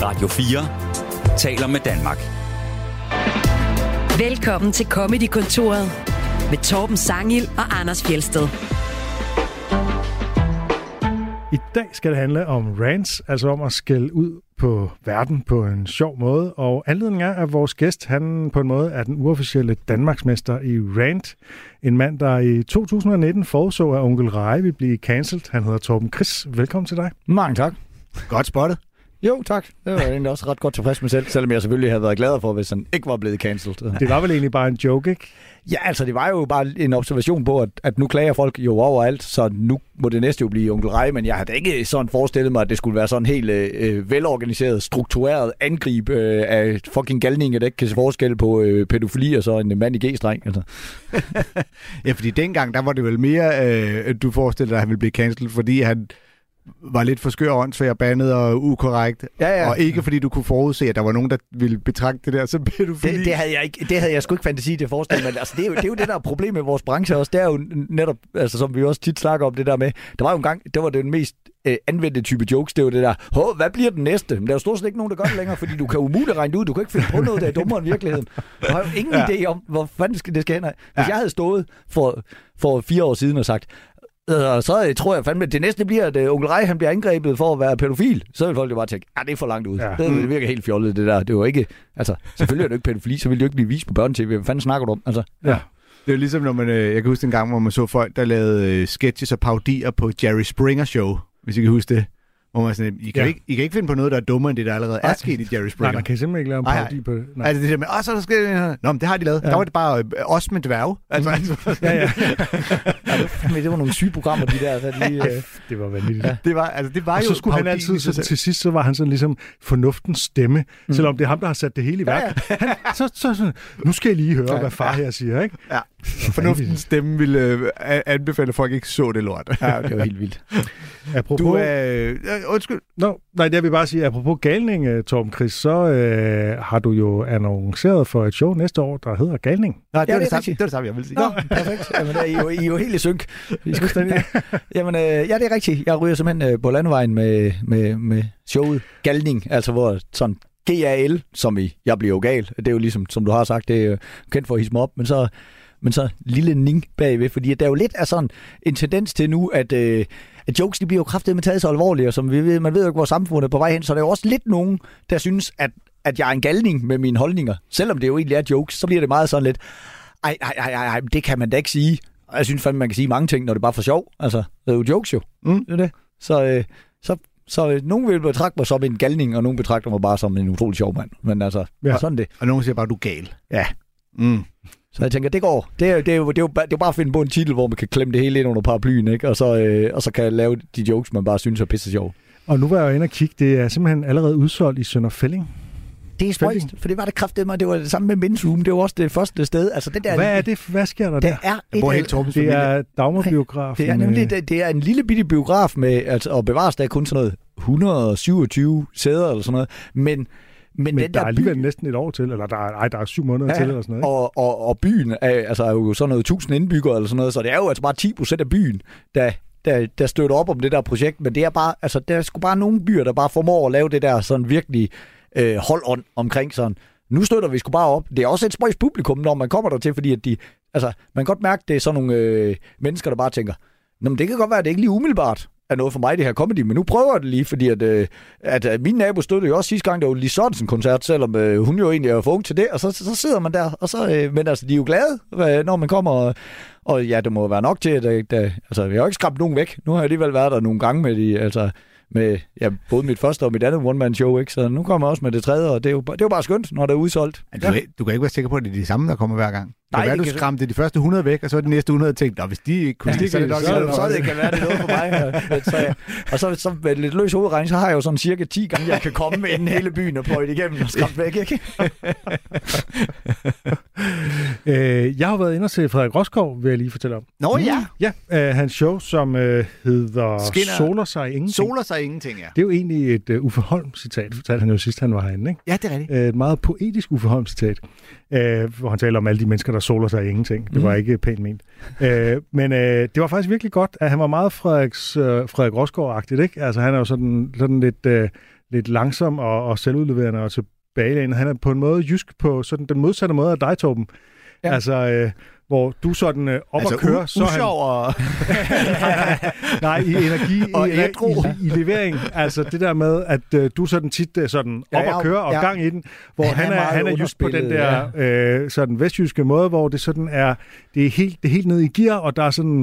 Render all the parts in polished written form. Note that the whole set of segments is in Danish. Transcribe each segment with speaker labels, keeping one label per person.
Speaker 1: Radio 4 taler med Danmark.
Speaker 2: Velkommen til Comedy-kontoret med Torben Sangil og Anders Fjeldsted.
Speaker 3: I dag skal det handle om rants, altså om at skælde ud på verden på en sjov måde. Og anledningen er, at vores gæst, han på en måde er den uofficielle Danmarksmester i rant. En mand, der i 2019 forudså, at Onkel Rej ville blive cancelled. Han hedder Torben Chris. Velkommen til dig.
Speaker 4: Mange tak.
Speaker 5: Godt spottet.
Speaker 4: Jo, tak. Det var egentlig også ret godt tilfreds med selv, selvom jeg selvfølgelig havde været glad for, hvis han ikke var blevet cancelled.
Speaker 3: Det var vel egentlig bare en joke, ikke?
Speaker 4: Ja, altså det var jo bare en observation på, at nu klager folk jo overalt, så nu må det næste jo blive Onkel Rej, men jeg havde ikke sådan forestillet mig, at det skulle være sådan helt velorganiseret, struktureret angreb af fucking galninger, der ikke kan se forskel på pædofili og så en mand i G-streng. Altså.
Speaker 5: Ja, fordi dengang, der var det vel mere, du forestillede dig, at han ville blive cancelled, fordi han var lidt for skør, åndssvær, bandet og ukorrekt. Ja. Og ikke fordi du kunne forudse, at der var nogen, der ville betragte det der som pædofili.
Speaker 4: Det havde jeg sgu ikke fantasi til at forestille mig. Altså, det er jo det, der er problem med vores branche også. Det er jo netop, altså, som vi også tit snakker om det der med. Der var jo en gang, det var den mest anvendte type jokes. Det var det der, hvad bliver den næste? Men der er jo stort set ikke nogen, der gør det længere, fordi du kan umuligt regne det ud. Du kan ikke finde på noget, der er dummere end virkeligheden. Du har jo ingen idé om, hvor fanden det skal hen. Hvis jeg havde stået for 4 år siden og sagt, så tror jeg fandme, at det næste bliver, at Onkel Rej, han bliver angrebet for at være pædofil. Så vil folk jo bare tænke, det er for langt ud. Ja. Det virker helt fjollet, det der. Det var ikke, altså, selvfølgelig er det ikke pædofili, så ville det jo ikke blive vist på børne-tv. Hvad fanden snakker du om? Altså,
Speaker 5: ja. Det er jo ligesom, når man, jeg kan huske en gang, hvor man så folk, der lavede sketches og parodier på Jerry Springer Show, hvis I kan huske det. Hvor man sådan, I kan ikke finde på noget, der er dummere, end det, der allerede er sket i Jerry Springer.
Speaker 3: Nej, man kan simpelthen ikke lave en parodi på det.
Speaker 5: Altså det der med, så der skal... Nå, men det har de lavet. Ja. Der var det bare os med dværge. Altså,
Speaker 3: ja.
Speaker 4: Det var nogle syge programmer, de der.
Speaker 3: Det var vanvittigt. Ja.
Speaker 5: Det var
Speaker 3: og
Speaker 5: jo
Speaker 3: så skulle han altid, til sidst, så var han sådan ligesom fornuftens stemme, selvom det er ham, der har sat det hele i værk. Ja. Så nu skal jeg lige høre, hvad far her siger, ikke?
Speaker 5: Ja. Fornuftens stemme ville anbefale, at folk ikke så det lort.
Speaker 4: Ja, det var helt vildt.
Speaker 3: Apropos...
Speaker 5: undskyld.
Speaker 3: Nej, det vil bare sige, apropos galning, Torben Chris, så har du jo annonceret for et show næste år, der hedder Galning.
Speaker 5: Nej, det er det samme, jeg vil sige.
Speaker 4: Nå, perfekt. Jamen, I er jo helt i synk. Jamen, det er rigtigt. Jeg ryger simpelthen på landevejen med showet Galning, altså hvor sådan GAL, som i Jeg bliver jo gal. Det er jo ligesom, som du har sagt, det er kendt for at hisse mig op, men så lille ning bagved, fordi der er jo lidt af sådan en tendens til nu, at jokes, de bliver jo kraftedeme taget så alvorligt, og som man ved jo ikke, hvor samfundet er på vej hen, så der er jo også lidt nogen, der synes, at jeg er en galning med mine holdninger. Selvom det jo egentlig er jokes, så bliver det meget sådan lidt, ej, det kan man da ikke sige. Og jeg synes fandme, man kan sige mange ting, når det er bare for sjov. Altså, det er jo jokes jo. Det er det. Så nogen vil betragte mig som en galning, og nogen betragter mig bare som en utrolig sjov mand. Men altså, sådan det.
Speaker 5: Og nogen siger bare, du er gal.
Speaker 4: Ja. Så jeg tænker, det går. Det er jo bare at finde på en titel, hvor man kan klemme det hele ind under paraplyen, ikke? Og så kan jeg lave de jokes, man bare synes er pisse sjov. Og
Speaker 3: nu var jeg jo inde og kigge. Det er simpelthen allerede udsolgt i Sønder Felding.
Speaker 4: Det er spøjst, for det var det kraftedeme, og det var det samme med Men's Room. Det var også det første sted. Altså, det der,
Speaker 3: hvad er det? Hvad sker der der? Det er Dagmar-biografen.
Speaker 4: Det er nemlig det er en lille bitte biograf med, altså, og bevares der kun sådan noget 127 sæder eller sådan noget, men
Speaker 3: der er alligevel næsten et år til, eller der er 7 måneder til, eller sådan noget.
Speaker 4: Og byen er jo sådan noget 1000 indbyggere, eller sådan noget, så det er jo altså bare 10% af byen, der støtter op om det der projekt, men det er bare, altså der er sgu bare nogle byer, der bare formår at lave det der sådan virkelig hold-on omkring sådan. Nu støtter vi sgu bare op. Det er også et spøjs publikum, når man kommer der til, fordi at man kan godt mærke, det er sådan nogle mennesker, der bare tænker, nå, men det kan godt være, at det ikke lige umiddelbart er noget for mig, det her comedy, men nu prøver jeg det lige, fordi at min nabo støttede jo også sidste gang, der var Lis Sørensen-koncert, selvom hun jo egentlig er for ung til det, og så sidder man der, og så, men altså, de er jo glade, når man kommer, og ja, det må være nok til, at altså, jeg har jo ikke skræmt nogen væk. Nu har jeg alligevel været der nogle gange med både mit første og mit andet one-man-show, ikke? Så nu kommer jeg også med det tredje, og det er jo bare skønt, når det er udsolgt.
Speaker 5: Du kan ikke være sikker på, at det er de samme, der kommer hver gang. Nej, du skræmte de første 100 væk, og så er de næste 100 tænkt, hvis de ikke kunne
Speaker 4: så det kan være, det noget for mig. Og så med lidt løs hovedregning, så har jeg jo sådan cirka 10 gange, jeg kan komme inden hele byen og pløje det igennem og skræmt væk, ikke?
Speaker 3: Jeg har været inde og se Frederik Rosgaard, vil jeg lige fortælle om.
Speaker 5: Nå ja!
Speaker 3: Ja, hans show, som hedder Soler sig ingenting.
Speaker 5: Soler sig ingenting, ja.
Speaker 3: Det er jo egentlig et Uffe Holm-citat, fortalte han jo sidst, han var herinde, ikke?
Speaker 5: Ja, det er rigtigt.
Speaker 3: Et meget poetisk Uffe Holm-citat, hvor han taler om alle de mennesker, der soler sig i ingenting. Det var ikke pænt ment. Men det var faktisk virkelig godt, at han var meget Frederik Rosgaard-agtigt, ikke? Altså han er jo sådan lidt lidt langsom og selvudleverende og tilbagelænet. Han er på en måde jysk på sådan den modsatte måde af dig, Torben. Ja. Altså, hvor du sådan op og kører, så han... Nej, i energi, og i levering. Altså det der med, at du sådan tit sådan op og kører og gang i den, hvor han er just på den der sådan vestjyske måde, hvor det sådan er, det er helt ned i gear, og der er sådan...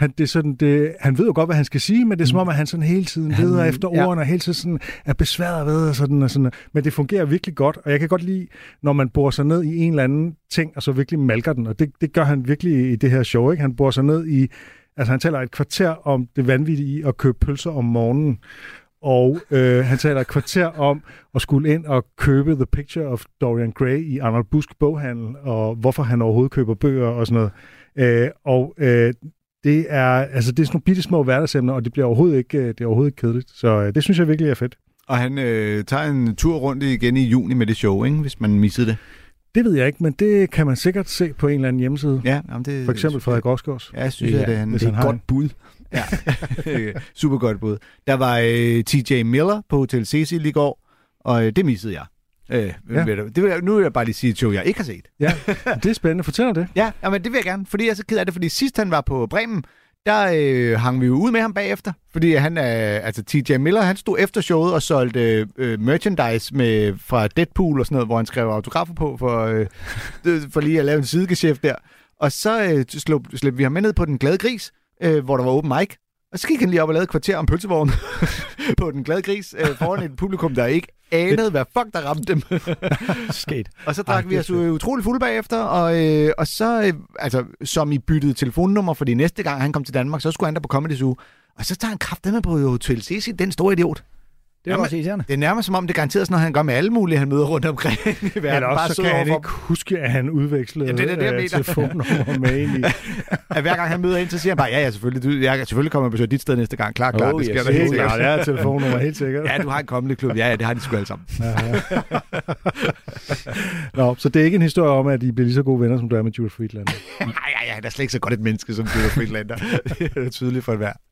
Speaker 3: Han ved jo godt, hvad han skal sige, men det er som om, at han sådan hele tiden leder efter ordene, og hele tiden sådan er besværet ved, og sådan. Men det fungerer virkelig godt, og jeg kan godt lide, når man borer sig ned i en eller anden ting, og så virkelig malker den, og det gør han virkelig i det her show, ikke? Han borer sig ned i, altså han taler et kvarter om det vanvittige i at købe pølser om morgenen, og han taler et kvarter om at skulle ind og købe The Picture of Dorian Gray i Arnold Busk boghandel, og hvorfor han overhovedet køber bøger og sådan noget. Det er sådan nogle bitte små hverdagsemner, og det bliver overhovedet ikke kedeligt. Så det synes jeg virkelig er fedt.
Speaker 5: Og han tager en tur rundt igen i juni med det show, ikke? Hvis man missede det.
Speaker 3: Det ved jeg ikke, men det kan man sikkert se på en eller anden hjemmeside.
Speaker 5: Ja, jamen det,
Speaker 3: for eksempel Frederik Rosgaards.
Speaker 5: Ja, jeg synes, det er et godt bud. Ja, super godt bud. Der var TJ Miller på Hotel Cecil i går, og det missede jeg. Nu vil jeg bare lige sige et show, jeg ikke har set. Ja,
Speaker 3: det er spændende. Fortæl det.
Speaker 5: Ja, men det vil jeg gerne, fordi jeg er så ked af det, fordi sidst han var på Bremen, der hang vi jo ud med ham bagefter, fordi han altså TJ Miller, han stod efter showet og solgte merchandise fra Deadpool og sådan noget, hvor han skrev autografer på for lige at lave en sidegeschæft der. Og så slæbte vi ham med ned på Den Glade Gris, hvor der var open mic. Og så gik han lige op og lavede et kvarter om pølsevognen på Den Glade Gris foran et publikum, der ikke anede, hvad fuck der ramte dem.
Speaker 4: Sket.
Speaker 5: Og så drak vi os utrolig fulde bagefter, og så, altså, som I byttede telefonnummer, fordi næste gang han kom til Danmark, så skulle han der på Comedy Zoo. Og så tager han kraftedeme på Hotel Cecil, den store idiot.
Speaker 4: Det er også irriterende.
Speaker 5: Det er nærmest som om, det garanterer sådan noget, han gør med alle mulige, han møder rundt omkring i verden.
Speaker 3: Eller også så kan han ikke huske, at han udvekslede telefonnummer med en i.
Speaker 5: Hver gang han møder ind, så siger han bare, ja, selvfølgelig kommer jeg besøge dit sted næste gang. Klar, det skal der helt sikkert.
Speaker 3: Ja, det er telefonnummer, helt sikkert.
Speaker 5: Ja, du har en kommende klub. Ja, det har de sgu alle sammen.
Speaker 3: Nå, så det er ikke en historie om, at I bliver lige så gode venner, som du er med Judah Friedlander.
Speaker 5: Nej, der er slet ikke så godt et menneske som Judah Friedlander. Det er tydeligt for enhver.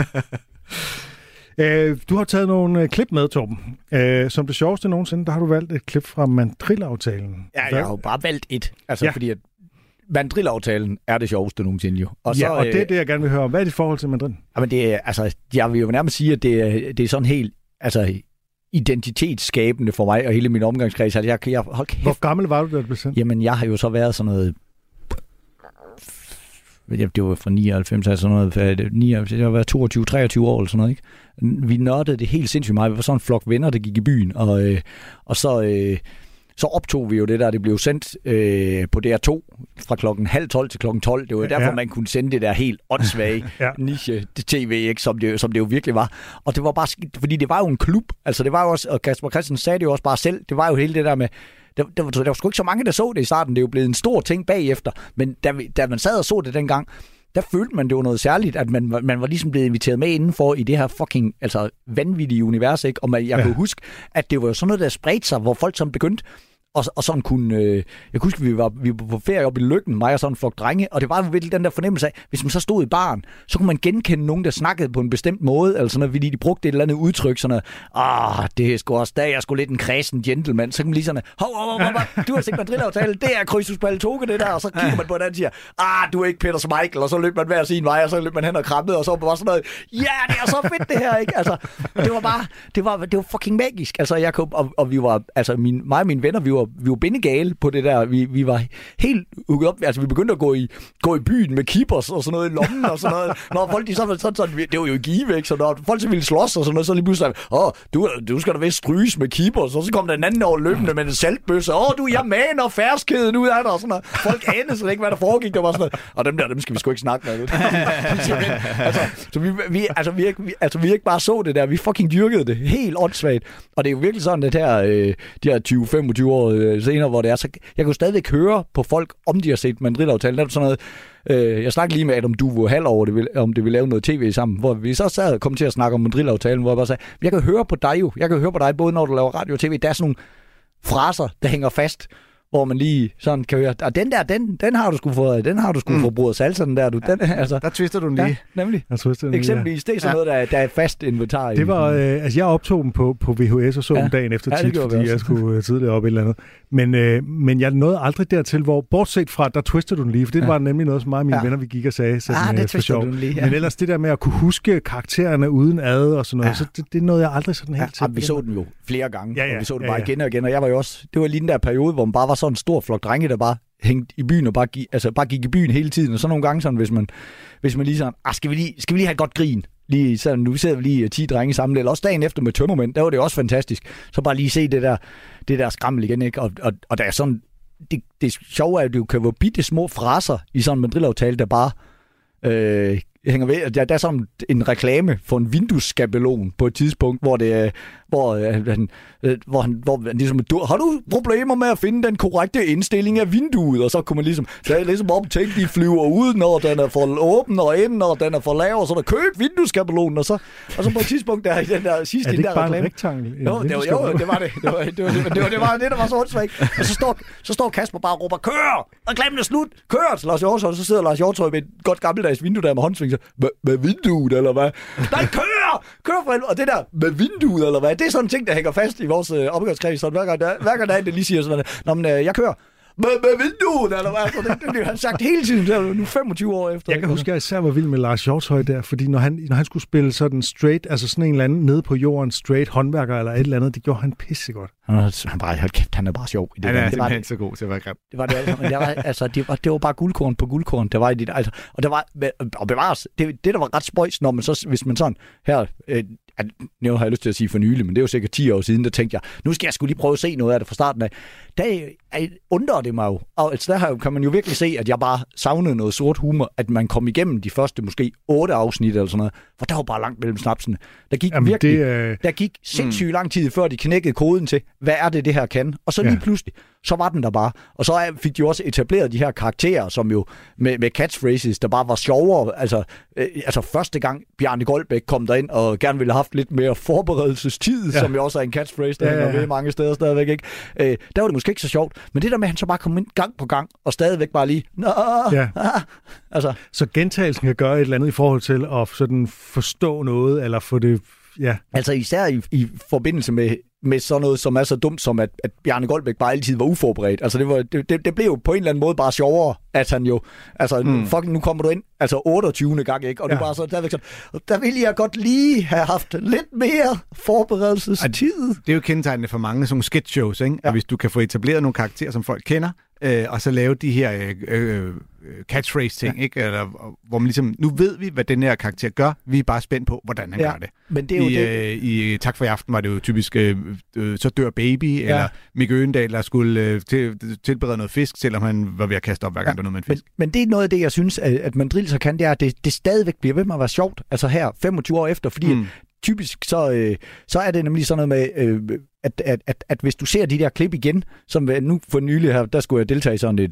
Speaker 3: Du har taget nogle klip med, Torben. Som det sjoveste nogensinde, der har du valgt et klip fra Mandrill-aftalen.
Speaker 4: Ja, jeg har jo bare valgt et. Altså, fordi at Mandrill-aftalen er det sjoveste nogensinde jo.
Speaker 3: Og så, og det er det, jeg gerne vil høre om. Hvad er dit forhold til Mandrill?
Speaker 4: Jamen, det er, altså, jeg vil jo nærmest sige, at det er sådan helt, altså, identitetsskabende for mig og hele min omgangskreds. Altså, hold kæft.
Speaker 3: Hvor gammel var du, da du blev sendt?
Speaker 4: Jamen, jeg har jo så været sådan noget... Det var fra 99, altså noget, jeg har været 22-23 år eller sådan noget, ikke? Vi nørdede det helt sindssygt meget. Vi var sådan en flok venner, der gik i byen, og så optog vi jo det der, det blev sendt på DR2 fra klokken 11:30 til klokken 12. Det var derfor, man kunne sende det der helt åndssvage niche-tv, ikke, som det jo virkelig var. Og det var bare, fordi det var jo en klub, altså det var jo også, og Kasper Christensen sagde det jo også bare selv, det var jo hele det der med, der var sgu ikke så mange, der så det i starten. Det er jo blevet en stor ting bagefter. Men da man sad og så det dengang, der følte man, det var noget særligt, at man var ligesom blevet inviteret med indenfor i det her fucking vanvittige univers, ikke? Og jeg kan huske, at det var sådan noget, der spredte sig, hvor folk som begyndte og sådan kunne... jeg kan huske, vi var på ferie oppe i Løkken, mig og sådan en flok drenge, og det var virkelig den der fornemmelse af, hvis man så stod i baren, så kunne man genkende nogen, der snakkede på en bestemt måde, eller sådan noget, fordi de brugte et eller andet udtryk, sådan noget, det er sgu også, der er jeg sgu lidt en kredsen gentleman, så kan man lige sådan, hov, du har set Mandrill-aftale, det er Krydsus Paltoke, det der, og så kigger man på den og siger, du er ikke Peter Schmeichel, og så løb man hver sin vej, og så løb man hen og krammede, og så var sådan noget, det er så fedt det her, ikke? Altså, det var bare, det var fucking magisk, altså, jeg kom, og vi var, altså, mig og mine venner, vi var bindegale på det der. Vi var helt hugget op. Altså, vi begyndte at gå i byen med keepers og sådan noget i lommen og sådan noget. Når folk de sådan, det var jo i give, ikke? Så når folk så ville slås og sådan noget, så lige pludselig du skal da vist stryges med keepers. Og så kom der en anden over løbende med en saltbøsse. Jeg maner ferskheden ud af dig og sådan noget. Folk anede så ikke, hvad der foregik. Der var sådan noget. Og dem skal vi sgu ikke snakke med. Så vi ikke bare så det der. Vi fucking dyrkede det helt åndssvagt. Og det er jo virkelig sådan, det her, de her 20-25 år senere, hvor det er, så jeg kunne stadigvæk høre på folk, om de har set Mandrill-aftalen. Der er sådan noget, jeg snakkede lige med Adam Duvo Hall over, om det ville lave noget tv sammen, hvor vi så sad og kom til at snakke om Mandrill-aftalen, hvor jeg bare sagde, jeg kan høre på dig jo, både når du laver radio og tv, der er sådan nogle fraser, der hænger fast, hvor man lige sådan kan høre, og den har du sgu få brød og salsa, den der, du. Den, altså,
Speaker 5: der twister du den lige.
Speaker 4: Ja, nemlig. Eksempelvis, det er sådan noget, der er fast inventar.
Speaker 3: Det var, jeg optog dem på VHS og så dem dagen efter tit, fordi jeg skulle tidligere op et eller andet. Men jeg nåede aldrig dertil, hvor, bortset fra, der twister du den lige, for det var nemlig noget, som mig og mine venner, vi gik og sagde.
Speaker 4: Det twister du den lige,
Speaker 3: Men ellers det der med at kunne huske karaktererne uden ad og sådan noget, så det nåede jeg aldrig sådan helt til.
Speaker 4: Vi så den jo flere gange, og vi så den bare igen og igen, og jeg var jo også, det var lige den der periode, hvor man bare var sådan en stor flok drenge, der bare hængt i byen og bare gik i byen hele tiden, og så nogle gange sådan, hvis man lige sådan, skal vi lige have et godt grin, lige sådan, nu sidder vi lige 10 drenge sammen, eller også dagen efter med tømmermænd, der var det også fantastisk, så bare lige se det der skrammel igen, ikke? Og der er sådan, det sjove er, at det jo kan være bitte små fraser i sådan en madrilaftale, der bare hænger ved. Der er sådan en reklame for en vinduesskabelon på et tidspunkt, hvor han ligesom, har du problemer med at finde den korrekte indstilling af vinduet? Og så kunne man ligesom tænke, de flyver ud, når den er for åben, og ind, når den er for lav, og så der køb vinduesskabelonen, og så på et tidspunkt der i den der sidste der reklame.
Speaker 3: Er det ikke bare en rektangel?
Speaker 4: Jo, det var det. Det var det, der var så åndssvagt. Og så står Kasper bare og råber, kør! Reklamen er slut! Kør! Så Lars Hjortøj, så sidder Lars Hjortøj med et godt gammeldags vindue der med håndsving. Med vinduet, eller hvad? Nej, kør for helvede! Og det der med vinduet, eller hvad? Det er sådan en ting, der hænger fast i vores opgangskreds. Hver gang der er det lige siger sådan, nå, men jeg kører med vinduet, eller hvad? Så det har han sagt hele tiden, det er nu 25 år efter.
Speaker 3: Jeg kan huske, at jeg især var vild med Lars Hjortøj der, fordi når han skulle spille sådan straight, altså sådan en eller anden nede på jorden, straight håndværker eller et eller andet, det gjorde han pissegodt.
Speaker 4: Han er bare sjov.
Speaker 5: Han er simpelthen så god til at være grim.
Speaker 4: Det var det altså, men det var bare guldkorn på guldkorn, der var i dit, altså, og der var, og bevares, det der var ret spøjs, når man så, hvis man sådan, her, nu har jeg lyst til at sige for nylig, men det er jo sikkert 10 år siden, der tænkte jeg, nu skal jeg skulle lige prøve at se noget af det fra starten af. Der undrer det mig jo. Altså der kan man jo virkelig se, at jeg bare savnede noget sort humor, at man kom igennem de første måske 8 afsnit eller sådan noget, for der var bare langt mellem snapsene. Der gik sindssygt lang tid, før de knækkede koden til, hvad er det her kan? Og så lige pludselig, så var den der bare. Og så fik de også etableret de her karakterer, som jo med catchphrases, der bare var sjovere. Altså første gang Bjarne Goldbæk kom derind og gerne ville have haft lidt mere forberedelsestid, som jo også er en catchphrase, der hænger ved mange steder stadigvæk, ikke? Der var det måske ikke så sjovt. Men det der med, at han så bare kom ind gang på gang, og stadigvæk bare lige, altså.
Speaker 3: Så gentagelsen kan gøre et eller andet i forhold til at sådan forstå noget, eller få det,
Speaker 4: Altså især i forbindelse med sådan noget, som er så dumt, som at Bjarne Goldbæk bare altid var uforberedt. Altså det blev jo på en eller anden måde bare sjovere, at han jo, altså fucking nu kommer du ind, altså 28. gang, ikke? Og du bare så, der ville jeg godt lige have haft lidt mere forberedelsestid.
Speaker 5: Det er jo kendetegnende for mange sådan sketch shows, ikke? Ja. At hvis du kan få etableret nogle karakterer, som folk kender, og så lave de her catchphrase-ting, ikke? Eller, hvor man ligesom, nu ved vi, hvad den her karakter gør, vi er bare spændt på, hvordan han gør det.
Speaker 4: Men det er jo
Speaker 5: i Tak for i aften var det jo typisk, så dør baby, eller Mikke Øgendahl, der skulle tilberede noget fisk, selvom han var ved at kaste op, hver gang der noget med en fisk.
Speaker 4: Men det er noget af det, jeg synes, at Mandrill så kan, det er, at det stadigvæk bliver ved med at være sjovt, altså her, 25 år efter, fordi typisk så er det nemlig sådan noget med, at hvis du ser de der klip igen, som nu for nylig her, der skulle jeg deltage i sådan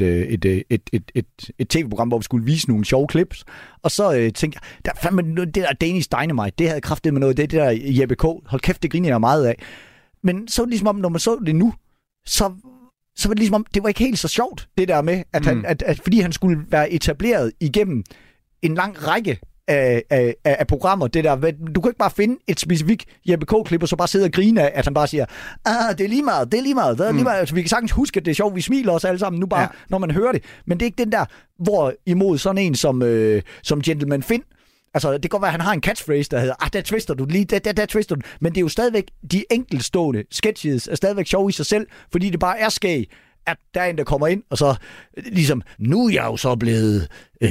Speaker 4: et tv-program, hvor vi skulle vise nogle sjove clips, og så tænkte jeg, det der Danish Dynamite, det havde kraftet med noget, det der Jeppe K., hold kæft, det griner jeg meget af. Men så ligesom om, når man så det nu, så var det ligesom om, det var ikke helt så sjovt, det der med, at fordi han skulle være etableret igennem en lang række af programmer, det der, du kan ikke bare finde et specifikt Jeppe K-klip, og så bare sidde og grine af, at han bare siger, det er lige meget. Altså, vi kan sagtens huske, at det er sjovt, vi smiler os alle sammen nu bare, når man hører det, men det er ikke den der, hvor imod sådan en som Gentleman Finn, altså det kan godt være, at han har en catchphrase, der hedder, der twister du lige, der twister du, men det er jo stadigvæk, de enkeltstående sketches er stadigvæk sjove i sig selv, fordi det bare er skæg, at der er en, der kommer ind, og så ligesom, nu er jeg jo så blevet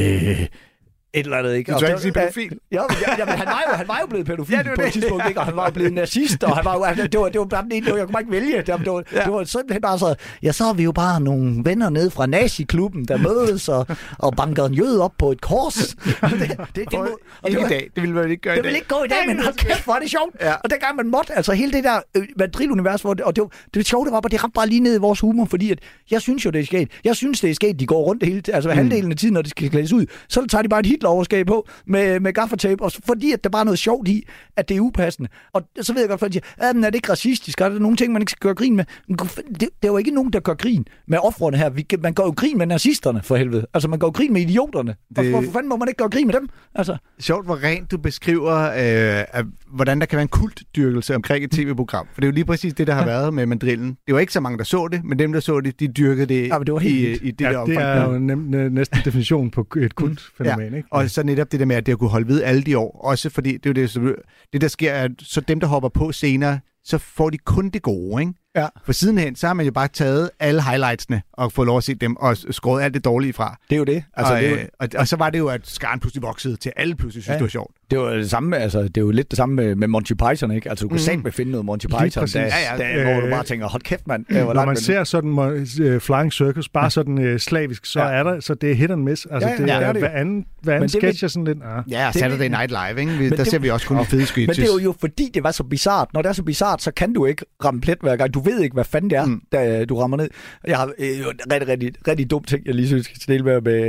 Speaker 4: et eller andet, ikke?
Speaker 5: Du tror ikke sige pædofil?
Speaker 4: Ja, men han var jo blevet pædofil på et tidspunkt, ikke? Og han var jo blevet nazist, og han var jo, det var bare den ene, jeg kunne bare ikke vælge. Det var simpelthen bare så, så er vi jo bare nogle venner nede fra nazi-klubben, der mødes og banker en jøde op på et kors.
Speaker 5: Ikke i dag. Det ville vel ikke gøre i dag.
Speaker 4: Det ville ikke gå i dag, men hold kæft, hvor er det sjovt. Ja. Og dengang man måtte, altså hele det der Madrid-univers, og det sjove, det var bare, det ramte bare lige ned i vores humor, fordi at jeg synes jo, det er sket. Jeg synes, det er sket, de går rundt hele tiden, altså halvdelen af tiden, når det skal klædes ud, så tager de bare et Hitler-overskab på med gaffatape, og fordi at der bare er noget sjovt i, at det er upassende. Og så ved jeg godt, at de siger, men er det ikke racistisk? Er der nogle ting, man ikke skal gøre grin med? Det er jo ikke nogen, der gør grin med ofrene her. Man gør jo grin med nazisterne, for helvede. Altså, man gør jo grin med idioterne. Hvorfor fanden må man ikke gøre grin med dem? Altså.
Speaker 5: Sjovt, hvor rent du beskriver, hvordan der kan være en kultdyrkelse omkring et tv-program. For det er jo lige præcis det, der har været med mandrillen. Det var ikke så mange, der så det, men dem, der så det, de dyrkede det,
Speaker 4: det var
Speaker 5: i det der omfang.
Speaker 3: Det er jo næsten definition på et kultfænomen, ikke?
Speaker 5: Og så netop det der med, at det har kunne holde ved alle de år. Også fordi, det er jo det der sker, at så dem, der hopper på senere, så får de kun det gode, ikke?
Speaker 4: Ja.
Speaker 5: For sidenhen, så har man jo bare taget alle highlightsene og fået lov at se dem og skåret alt det dårlige fra.
Speaker 4: Det er jo det.
Speaker 5: Altså, og så var det jo, at skaren pludselig voksede til alle pludselig synes, det var sjovt.
Speaker 4: Det var det samme, altså det er jo lidt det samme med Monty Python, ikke? Altså du kan satme finde noget Monty Python, hvor du bare tænker, hold kæft, mand.
Speaker 3: Når man ser sådan Flying Circus, bare sådan slavisk, så er der, så det er hit and miss. Altså det er hver anden sketch er sådan lidt.
Speaker 5: Ja, Saturday Night Live, ikke? Der ser vi også kun de fede sketches.
Speaker 4: Men det er jo fordi, det var så bizart. Når det er så bizart, så kan du ikke ramme plet hver gang. Du ved ikke, hvad fanden det er, da du rammer ned. Jeg har rigtig dum ting, jeg lige synes, jeg skal dele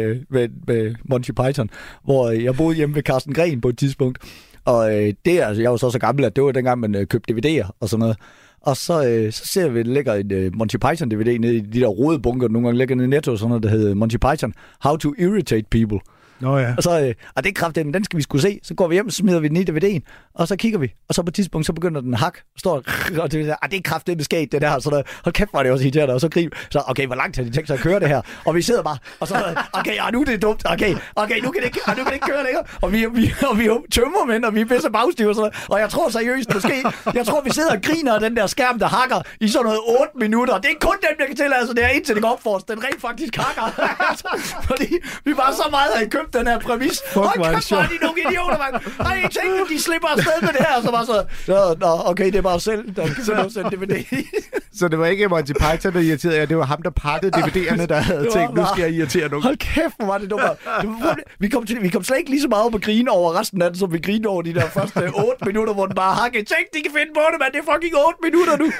Speaker 4: med Monty Python, hvor jeg boede hjemme ved Carsten Gren på et tidspunkt. Og det altså, jeg var så gammel, at det var dengang, man købte DVD'er og sådan noget. Og så ser vi, lægger en Monty Python DVD ned i de der røde bunker, nogle gange lægger ned i Netto, og sådan noget, der hedder Monty Python, How to Irritate People.
Speaker 3: Nå ja.
Speaker 4: Og så, og det er kraftigt, men den skal vi skulle se. Så går vi hjem, så smider vi den i DVD'en, og så kigger vi. Og så på et tidspunkt, så begynder den at hakke. Og det er kraftigt, det skægt, det der. Så der, hold kæft, hvor er det også irriterende. Og så griber. Så okay, hvor langt har de tænkt sig at køre det her? Og vi sidder bare, og så okay, nu er det dumt. Okay, nu kan det ikke køre længere. Og vi er jo tømmermænd, og vi er bedste bagstiv og sådan noget. Og jeg tror seriøst, jeg tror, vi sidder og griner af den der skærm, der hakker i sådan noget 8 minutter. Det er kun dem, der kan tillade sig det her, indtil det går op for os. Den rent faktisk hakker. Fordi vi bare så meget havde købt den her præmis. Hold kæft, hvor er de nogle idioter, mand. Ej, jeg tænkte, de slipper afsted med det her. Så bare så, okay, det er bare selv, der kan sende DVD.
Speaker 5: Så det var ikke Monty Python, der irriterede jer. Det var ham, der pakkede DVD'erne, der havde tænkt, nu skal jeg irritere nogen.
Speaker 4: Hold kæft, hvor var det dumt. Vi kom slet ikke lige så meget op at grine over resten af den, som vi grinede over de der første 8 minutter, hvor den bare hakkede. Tænk, de kan finde på det, mand. Det er fucking 8 minutter nu.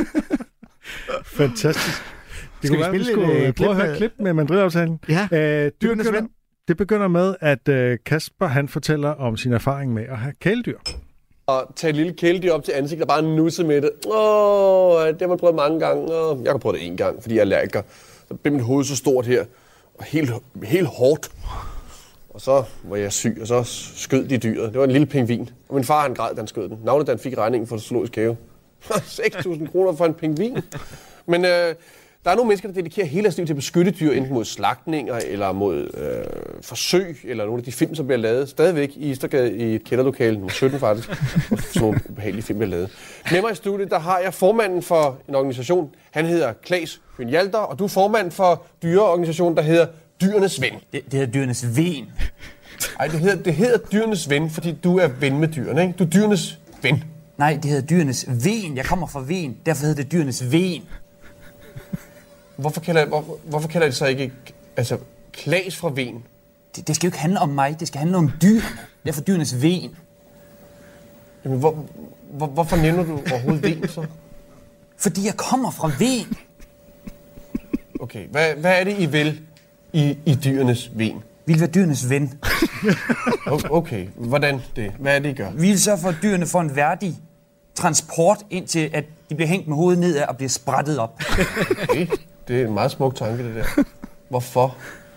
Speaker 3: Fantastisk. Det kunne være, vi skulle prøve at høre et klip med mandrilaftalen.
Speaker 5: Ja, Dyrenes Ven.
Speaker 3: Det begynder med, at Kasper han fortæller om sin erfaring med at have kæledyr.
Speaker 6: Og tage et lille kæledyr op til ansigtet og bare nusse med det. Det har man prøvet mange gange. Jeg kan prøve det en gang, fordi jeg er allergiker. Så blev mit hoved så stort her. Og helt hårdt. Og så var jeg syg, og så skød de dyret. Det var en lille pingvin. Og min far han græd, da han skød den. Navnet, da han fik regningen for det zoologisk have. 6.000 kroner for en pingvin. Men der er nogle mennesker, der dedikerer hele deres liv til at beskytte dyr, enten mod slagtninger eller mod forsøg, eller nogle af de film, som bliver lavet stadigvæk i Istergade i et kælderlokale, nummer 17 faktisk, hvor sådan nogle ubehagelige film bliver lavet. Med mig i studiet, der har jeg formanden for en organisation. Han hedder Claes Høen-Hjalter, og du er formand for dyreorganisationen, der hedder Dyrenes Ven.
Speaker 7: Det hedder Dyrenes Ven.
Speaker 6: Nej, det hedder Dyrenes Ven, fordi du er ven med dyrene, ikke? Du er Dyrenes Ven.
Speaker 7: Nej, det hedder Dyrenes Ven. Jeg kommer fra Ven, derfor hedder det Dyrenes Ven.
Speaker 6: Hvorfor kalder det så ikke Claes fra Ven?
Speaker 7: Det skal jo ikke handle om mig, det skal handle om dyr. Derfor Dyrenes Ven.
Speaker 6: Jamen, hvorfor nævner du overhovedet Ven så?
Speaker 7: Fordi jeg kommer fra Ven.
Speaker 6: Okay, hvad er det, I vil i Dyrenes Ven?
Speaker 7: Vi vil være dyrenes ven.
Speaker 6: Okay, hvordan det? Hvad er det, I gør?
Speaker 7: Vi vil sørge for, at dyrene får en værdig transport, indtil at de bliver hængt med hovedet nedad og bliver sprættet op.
Speaker 6: Okay, det er en meget smuk tanke, det der. Hvorfor?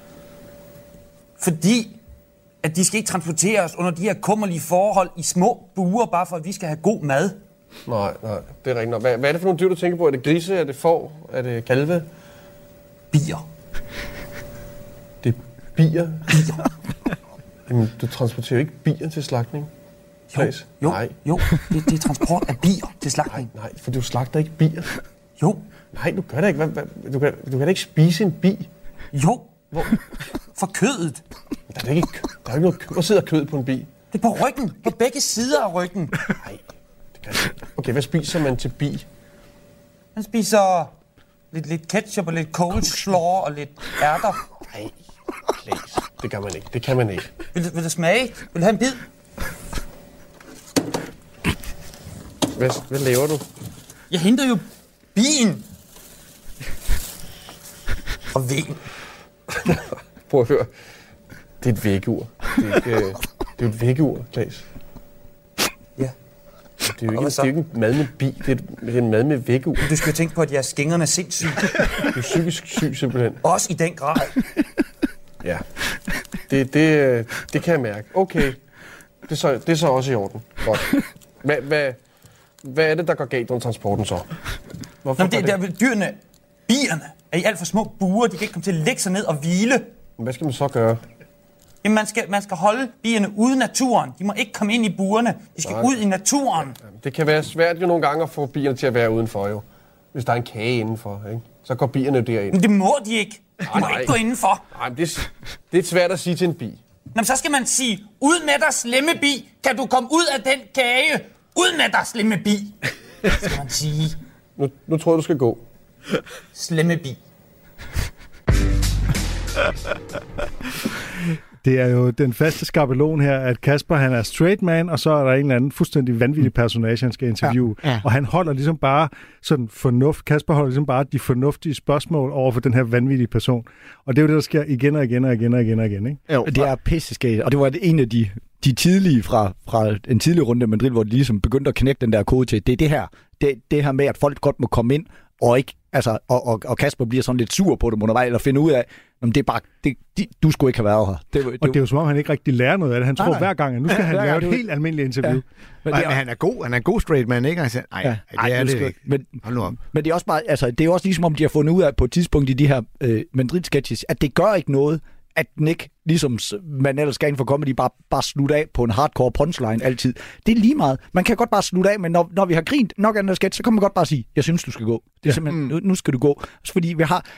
Speaker 7: Fordi at de skal ikke transporteres under de her kummerlige forhold i små buer, bare for at vi skal have god mad.
Speaker 6: Nej, det er rigtigt nok. Hvad er det for nogle dyr, du tænker på? Er det grise? Er det får? Er det kalve?
Speaker 7: Bier.
Speaker 6: Det er bier? Jamen, du transporterer ikke bier til slagtning?
Speaker 7: Jo, det er transport af bier til slagtning.
Speaker 6: Nej, for du slagter ikke bier.
Speaker 7: Jo.
Speaker 6: Nej, du gør det ikke. Du kan da ikke spise en bi.
Speaker 7: Jo. For kødet.
Speaker 6: Der er ikke noget kød. Hvor sidder kød på en bi?
Speaker 7: Det er på ryggen. På begge sider af ryggen.
Speaker 6: Nej, det kan ikke. Okay, hvad spiser man til bi?
Speaker 7: Man spiser lidt ketchup og lidt coleslaw og lidt ærter.
Speaker 6: Nej, Claes. Det kan man ikke. Det kan man ikke.
Speaker 7: Vil du smage? Vil du have en bid?
Speaker 6: Hvad laver du?
Speaker 7: Jeg henter jo bien. Fra Ven.
Speaker 6: Prøv at høre. Det er et vægur. Det er jo et vækkeur, Klaas.
Speaker 7: Ja.
Speaker 6: Det er jo ikke en mad med bi, det er en mad med vækkeur.
Speaker 7: Du skal jo tænke på, at jeres skængerne er sindssyge.
Speaker 6: Du er psykisk syg, simpelthen.
Speaker 7: Også i den grad.
Speaker 6: Ja. Det kan jeg mærke. Okay. Det er så også i orden. Godt. Hvad er det, der går galt under transporten så? Hvorfor
Speaker 7: Bierne er i alt for små buer. De kan ikke komme til at lægge sig ned og hvile.
Speaker 6: Hvad skal man så gøre?
Speaker 7: Jamen, man skal holde bierne ude i naturen. De må ikke komme ind i buerne. De skal ud i naturen.
Speaker 6: Det kan være svært jo nogle gange at få bierne til at være udenfor, jo. Hvis der er en kage indenfor, ikke? Så går bierne derind.
Speaker 7: Men det må de ikke. De må ikke gå indenfor.
Speaker 6: Nej, men det er svært at sige til en bi.
Speaker 7: Nå, så skal man sige, ud med dig, slemme bi. Kan du komme ud af den kage? Ud med dig, slemme bi. Skal man sige.
Speaker 6: Nu tror jeg, du skal gå.
Speaker 7: Slemme bi.
Speaker 3: Det er jo den faste skabelon her, at Kasper, han er straight man, og så er der en eller anden fuldstændig vanvittig personage, han skal interviewe. Ja. Og han holder ligesom bare sådan Kasper holder ligesom bare de fornuftige spørgsmål over for den her vanvittige person. Og det er jo det, der sker igen og igen, ikke?
Speaker 4: Jo, det er pisseskægt. Og det var en af de tidlige fra en tidlig runde af Madrid, hvor de ligesom begyndte at knække den der kode til. Det er det her. Det her med, at folk godt må komme ind, og ikke, altså, og Kasper bliver sådan lidt sur på det undervejs, eller finder ud af, at det er bare, du skulle ikke have været her.
Speaker 3: Og det er jo som om, han ikke rigtig lærer noget af det. Han tror hver gang, at nu skal han lave et helt almindeligt interview.
Speaker 5: Ja. Men han er god. Han er en god straight man, ikke? Altså, det er det ikke.
Speaker 4: Hold nu om. Men det er også bare, altså, det er også ligesom om, de har fundet ud af på et tidspunkt i de her Madrid-sketches, at det gør ikke noget, at den ikke, ligesom man ellers skal inden for comedy, bare slutte af på en hardcore punchline altid. Det er lige meget. Man kan godt bare slutte af, men når vi har grint nok af den der sketch, så kan man godt bare sige, jeg synes, du skal gå. Det er simpelthen, nu skal du gå. Fordi vi har,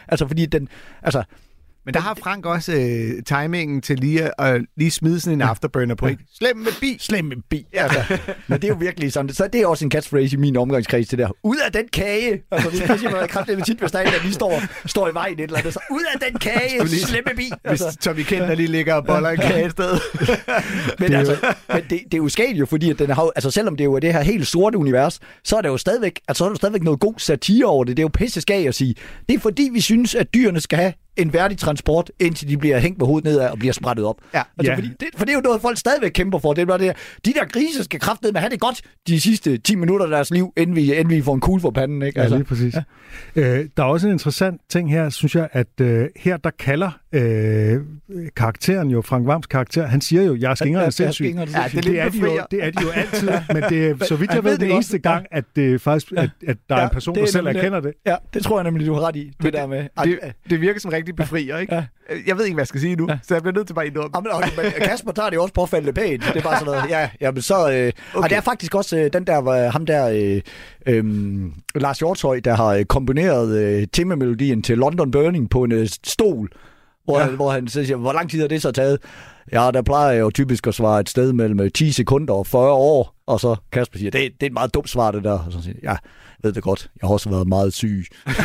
Speaker 5: men der har Frank også timingen til lige smide sådan en afterburner på, ikke? Slem med bi.
Speaker 4: Altså. Men det er jo virkelig sådan. Så det er også en catchphrase i min omgangskreds, det der. Ud af den kage! Altså, det er simpelthen kraftigt med tit, hvis der er en, der lige står i vejen et eller andet. Så ud af den kage! Slem med bi!
Speaker 5: Altså. Hvis Tommy Kent lige ligger og boller en kage i stedet.
Speaker 4: Men det er jo skægt jo, fordi at den har, altså, selvom det jo er det her helt sorte univers, så er der jo stadigvæk, noget god satire over det. Det er jo pisseskægt at sige. Det er fordi, vi synes, at dyrene skal have en værdig transport, indtil de bliver hængt med hovedet nedad og bliver sprættet op. Ja. Altså, for det er jo noget, folk stadigvæk kæmper for. Det er bare det her. De der grise skal kraftedeme have det godt de sidste 10 minutter af deres liv, inden vi får en kugle for panden. Ikke?
Speaker 3: Altså. Ja, lige præcis. Ja. Der er også en interessant ting her, synes jeg, at her der kalder karakteren jo, Frank Hvams karakter, han siger jo, jeg er skingeren sindssyg. Det er de jo altid, men det er, så vidt jeg ved, det eneste gang, at det faktisk, at der er en person, der selv erkender det.
Speaker 4: Ja, det tror jeg nemlig, du har ret i.
Speaker 5: Det virker som rigtig befrier, ikke? Ja. Jeg ved ikke, hvad jeg skal sige nu, så jeg bliver nødt til bare indåbe.
Speaker 4: Men Kasper tager det jo også påfaldende pænt. Det er bare sådan noget, men så... Okay. Og det er faktisk også den der, ham der, Lars Hjortshøj, der har komponeret temamelodien til London Burning på en stol, hvor han siger, hvor lang tid har det så taget? Ja, der plejer jeg jo typisk at svare et sted mellem 10 sekunder og 40 år, og så Kasper siger, det er et meget dumt svar, det der. Og så siger jeg ved det godt, jeg har også været meget syg.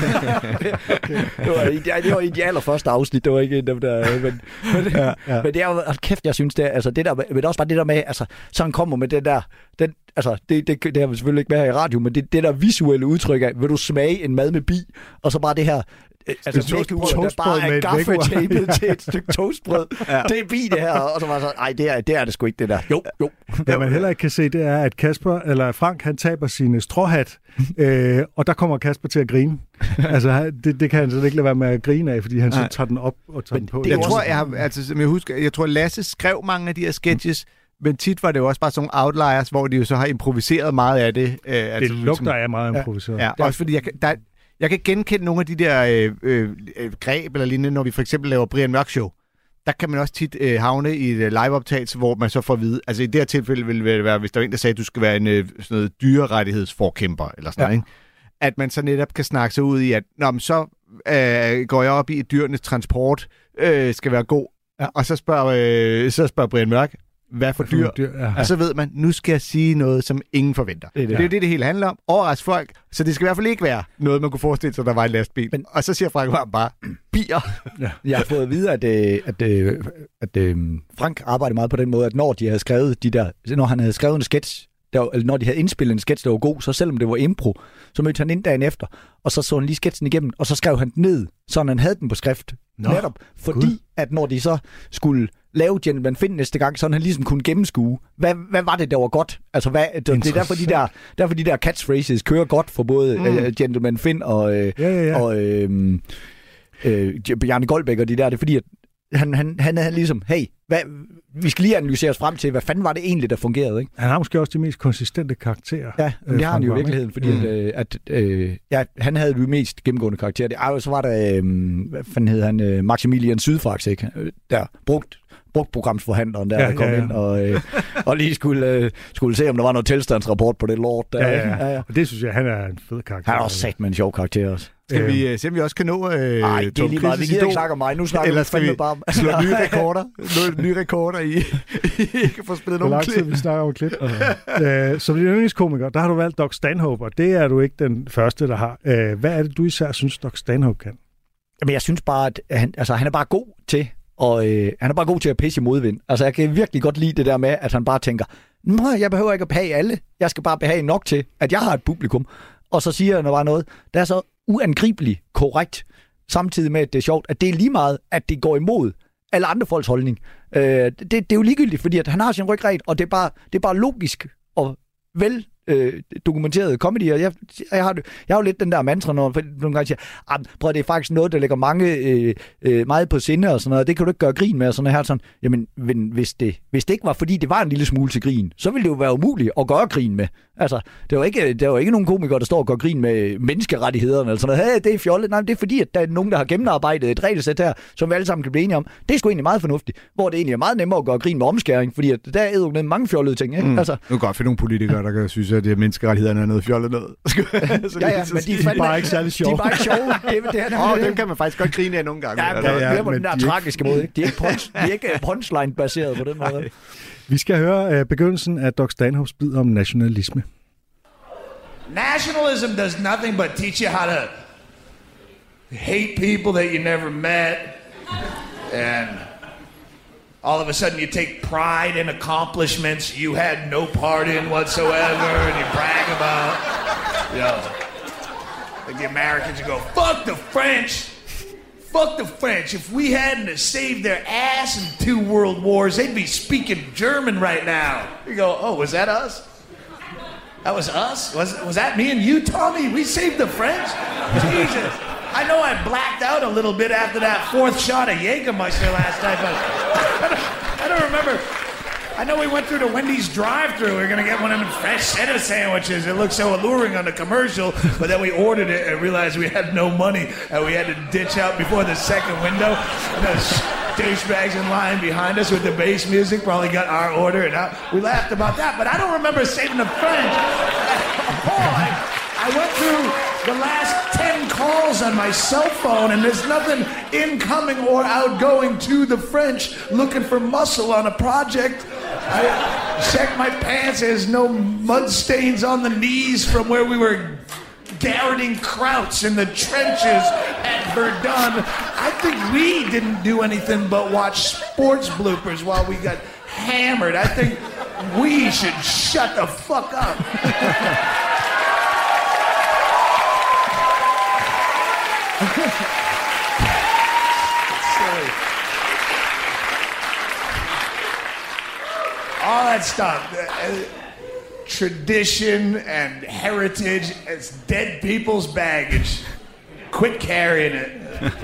Speaker 4: Det var i de allerførste afsnit, det var ikke en af dem der. Men det er jo, kæft, jeg synes, det er, altså det der, men det er også bare det der med, altså, så han kommer med det der, altså, det har vi selvfølgelig ikke med her i radio, men det der visuelle udtryk af, vil du smage en mad med bi, og så bare det her, altså toastbrød, der bare er gaffetapet til et stykke toastbrød. Det er bi, det her. Og så var så, det er det sgu ikke, det der. Jo.
Speaker 3: Hvad man heller ikke kan se, det er, at Frank, han taber sin stråhat, og der kommer Kasper til at grine. Altså, det kan han så ikke lade være med at grine af, fordi han så tager den op og tager den på.
Speaker 5: Jeg tror, Lasse skrev mange af de her sketches, men tit var det jo også bare sådan nogle outliers, hvor de jo så har improviseret meget af det.
Speaker 3: Det lugter af meget improviseret.
Speaker 5: Ja, også fordi jeg kan genkende nogle af de der greb eller lignende, når vi for eksempel laver Brian Mørk Show. Der kan man også tit havne i et liveoptagelse, hvor man så får at vide, altså i det her tilfælde ville det være, hvis der var en, der sagde, at du skal være en sådan noget dyrerettighedsforkæmper, eller sådan noget, ikke? At man så netop kan snakke sig ud i, at så går jeg op i, at dyrenes transport skal være god, og så spørger Brian Mørk, hvad for dyr? Og så ved man, nu skal jeg sige noget, som ingen forventer. Det er det hele handler om. Overrask folk, så det skal i hvert fald ikke være noget, man kunne forestille sig, der var en lastbil. Og så siger Frank bare, bier.
Speaker 4: Jeg har fået at vide, at Frank arbejder meget på den måde, at når de havde skrevet når han havde skrevet en sketch, eller når de havde indspillet en sketch, der var god, så selvom det var impro, så mødte han ind dagen efter, og så han lige sketchen igennem, og så skrev han den ned, så han havde den på skrift, Netop fordi, at når de så skulle lave Gentleman Finn næste gang, så han ligesom kunne gennemskue, hvad var det, der var godt? Altså, det er derfor de der catchphrases kører godt for både Gentleman Finn og Bjarne Goldbæk og de der. Det er fordi, at han havde ligesom, hey, vi skal lige analysere os frem til, hvad fanden var det egentlig, der fungerede, ikke?
Speaker 3: Han har måske også de mest konsistente karakterer.
Speaker 4: Ja, men det har han jo i virkeligheden, fordi han havde de mest gennemgående karakterer. Så var der, hvad fanden hed han, Maximilian Sydfax, ikke? Der brugt programsforhandleren der kom ind og lige skulle se, om der var noget tilstandsrapport på det lort der.
Speaker 3: Ja. Og det synes jeg, han er en fed karakter.
Speaker 4: Han er også sat med en sjov karakter også.
Speaker 5: Skal vi se, om vi også kan nå
Speaker 4: Nej, det er lige meget. Vi gider ikke snakke om mig. Nu snakker vi fandme bare...
Speaker 5: slå nye rekorder i ikke få spillet nogen klip.
Speaker 3: Vi snakker om klip. Som din yndlingskomiker, der har du valgt Doc Stanhope, og det er du ikke den første, der har. Hvad er det, du især synes, Doc Stanhope kan?
Speaker 4: Jamen, jeg synes bare, at han er bare god til han er bare god til at pisse i modvind. Altså, jeg kan virkelig godt lide det der med, at han bare tænker, jeg behøver ikke at behage alle. Jeg skal bare behage nok til, at jeg har et publikum. Og så siger han bare noget, der er så uangribeligt korrekt, samtidig med, at det er sjovt, at det er lige meget, at det går imod alle andre folks holdning. Det er jo ligegyldigt, fordi at han har sin ryggrad, og det er bare logisk og vel dokumenteret comedy, og jeg har jo lidt den der mantra, når nogle gange siger, det er faktisk noget, der lægger mange meget på sinde og sådan noget, det kan du ikke gøre grin med, og sådan her, sådan, jamen, hvis det ikke var, fordi det var en lille smule til grin, så ville det jo være umuligt at gøre grin med. Altså, der var ikke nogen komikere, der står og gør grin med menneskerettighederne, eller sådan noget, hey, det er fjollet. Nej, det er fordi, at der er nogen, der har gennemarbejdet et regelsæt her, som vi alle sammen kan blive enige om. Det er sgu egentlig meget fornuftigt, hvor det egentlig er meget nemmere at gøre grin med omskæring, fordi at der er jo mange fjollede ting, ikke? Altså,
Speaker 5: nu kan godt finde nogle politikere, der kan synes, at det menneskerettighederne er noget fjollet noget.
Speaker 3: Men de er bare ikke særlig sjove.
Speaker 4: De er bare ikke sjove.
Speaker 5: Dem kan man faktisk godt grine af nogle gange.
Speaker 4: Ja, på den der tragiske måde. De er ikke punchline-baseret på den måde.
Speaker 3: Vi skal høre begyndelsen af Doc Stanhopes bid om nationalisme.
Speaker 8: Nationalism does nothing but teach you how to hate people that you never met, and all of a sudden you take pride in accomplishments you had no part in whatsoever, and you brag about, like the Americans, you go, fuck the French. Fuck the French. If we hadn't saved their ass in 2 world wars, they'd be speaking German right now. You go, oh, was that us? That was us? Was that me and you, Tommy? We saved the French? Jesus. I know I blacked out a little bit after that 4th shot of Jägermeister last night, but I don't remember. I know we went through the Wendy's drive-thru. We were going to get one of them fresh cheddar sandwiches. It looked so alluring on the commercial, but then we ordered it and realized we had no money, and we had to ditch out before the second window. And those douchebags in line behind us with the bass music probably got our order, and we laughed about that, but I don't remember saving the French. I went through the last 10 calls on my cell phone, and there's nothing incoming or outgoing to the French looking for muscle on a project. I checked my pants. There's no mud stains on the knees from where we were garroting Krauts in the trenches at Verdun. I think we didn't do anything but watch sports bloopers while we got hammered. I think we should shut the fuck up. All that stuff, tradition and heritage, it's dead people's baggage. Quit carrying it.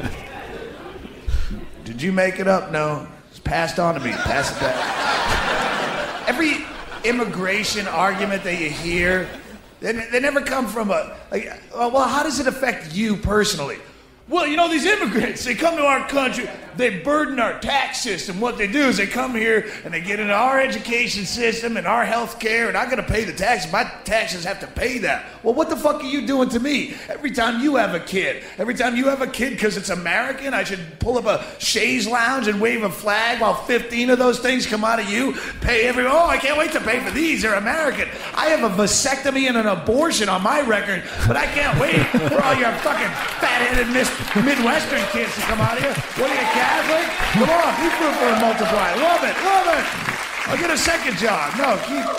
Speaker 8: Did you make it up? No. It's passed on to me. Pass it back. Every immigration argument that you hear, they never come from well, how does it affect you personally? Well, you know, these immigrants, they come to our country, they burden our tax system. What they do is they come here and they get into our education system and our health care, and I'm going to pay the taxes. My taxes have to pay that. Well, what the fuck are you doing to me? Every time you have a kid, because it's American, I should pull up a chaise lounge and wave a flag while 15 of those things come out of you. I can't wait to pay for these. They're American. I have a vasectomy and an abortion on my record, but I can't wait for all your fucking fat-headed Midwestern kids to come out of here. What are you, Catholic? Come on, keep root for a multiply. Love it. I'll get a second job. No,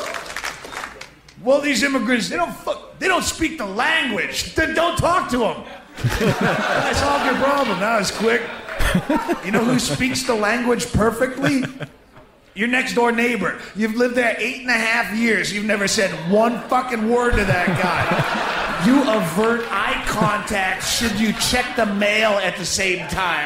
Speaker 8: Well, these immigrants, they don't speak the language. Then don't talk to them. I solved your problem. That was quick. You know who speaks the language perfectly? Your next door neighbor. You've lived there 8.5 years. You've never said one fucking word to that guy. You avert eye contact should you check the mail at the same time.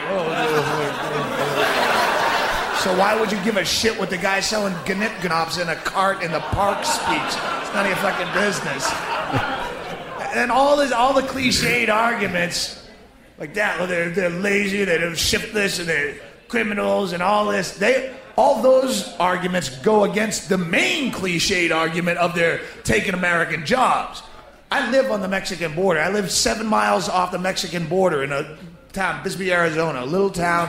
Speaker 8: So why would you give a shit what the guy selling gnip-gnops in a cart in the park speaks? It's none of your fucking business. And all the cliched arguments like that, well, they're lazy, they're shiftless, and they're criminals, and all this. All those arguments go against the main cliched argument of their taking American jobs. I live on the Mexican border. I live 7 miles off the Mexican border in a town, Bisbee, Arizona, a little town.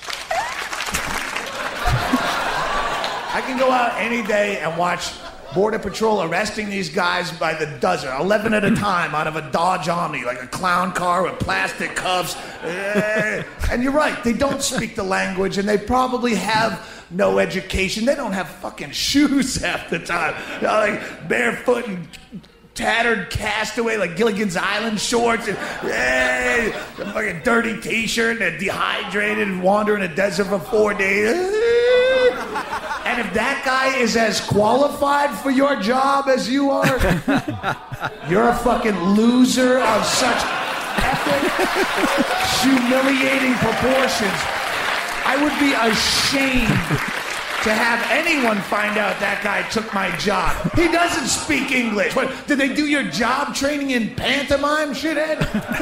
Speaker 8: I can go out any day and watch Border Patrol arresting these guys by the dozen, 11 at a time out of a Dodge Omni, like a clown car with plastic cuffs. And you're right, they don't speak the language, and they probably have no education. They don't have fucking shoes half the time. They're like barefoot and tattered castaway, like Gilligan's Island shorts, and a fucking dirty t-shirt, and they're dehydrated and wander in a desert for 4 days. And if that guy is as qualified for your job as you are, you're a fucking loser of such epic, humiliating proportions. I would be ashamed to have anyone find out that guy took my job. He doesn't speak English. What, did they do your job training in pantomime, shithead?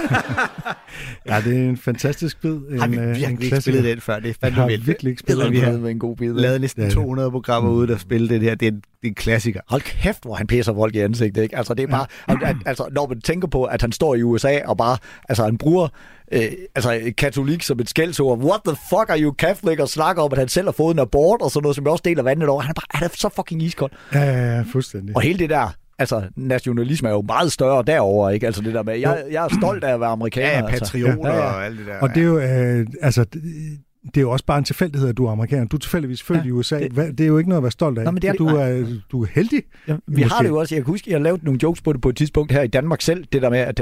Speaker 3: Ja, det er en fantastisk bid.
Speaker 5: Har vi virkelig ikke spillet den før? Det er fandme vildt.
Speaker 3: Virkelig ikke spillet den.
Speaker 5: Vi har en god bid. Lavet næsten 200 programmer ude, der spillede det her. Det er en klassiker.
Speaker 4: Hold kæft, hvor han pisser folk i ansigtet, ikke? Altså, det er bare... Altså, når man tænker på, at han står i USA og bare... Altså, han bruger... katolik som et skældsord. What the fuck are you Catholic? Og snakker om, at han selv har fået en abort og sådan noget, som jeg også deler vandet over. Han er så fucking iskold.
Speaker 3: Ja, fuldstændig.
Speaker 4: Og hele det der... Altså, nationalisme er jo meget større derovre, ikke? Altså det der med, jeg er stolt af at være amerikaner.
Speaker 5: Ja, patrioter og alt det der.
Speaker 3: Og det er jo, det er jo også bare en tilfældighed, at du er amerikaner. Du er tilfældigvis født i USA. Det er jo ikke noget at være stolt af. Nå, men det er, du er heldig. Ja,
Speaker 4: vi har det jo også. Jeg kan huske, at jeg lavede nogle jokes på det på et tidspunkt her i Danmark selv. Det der med, at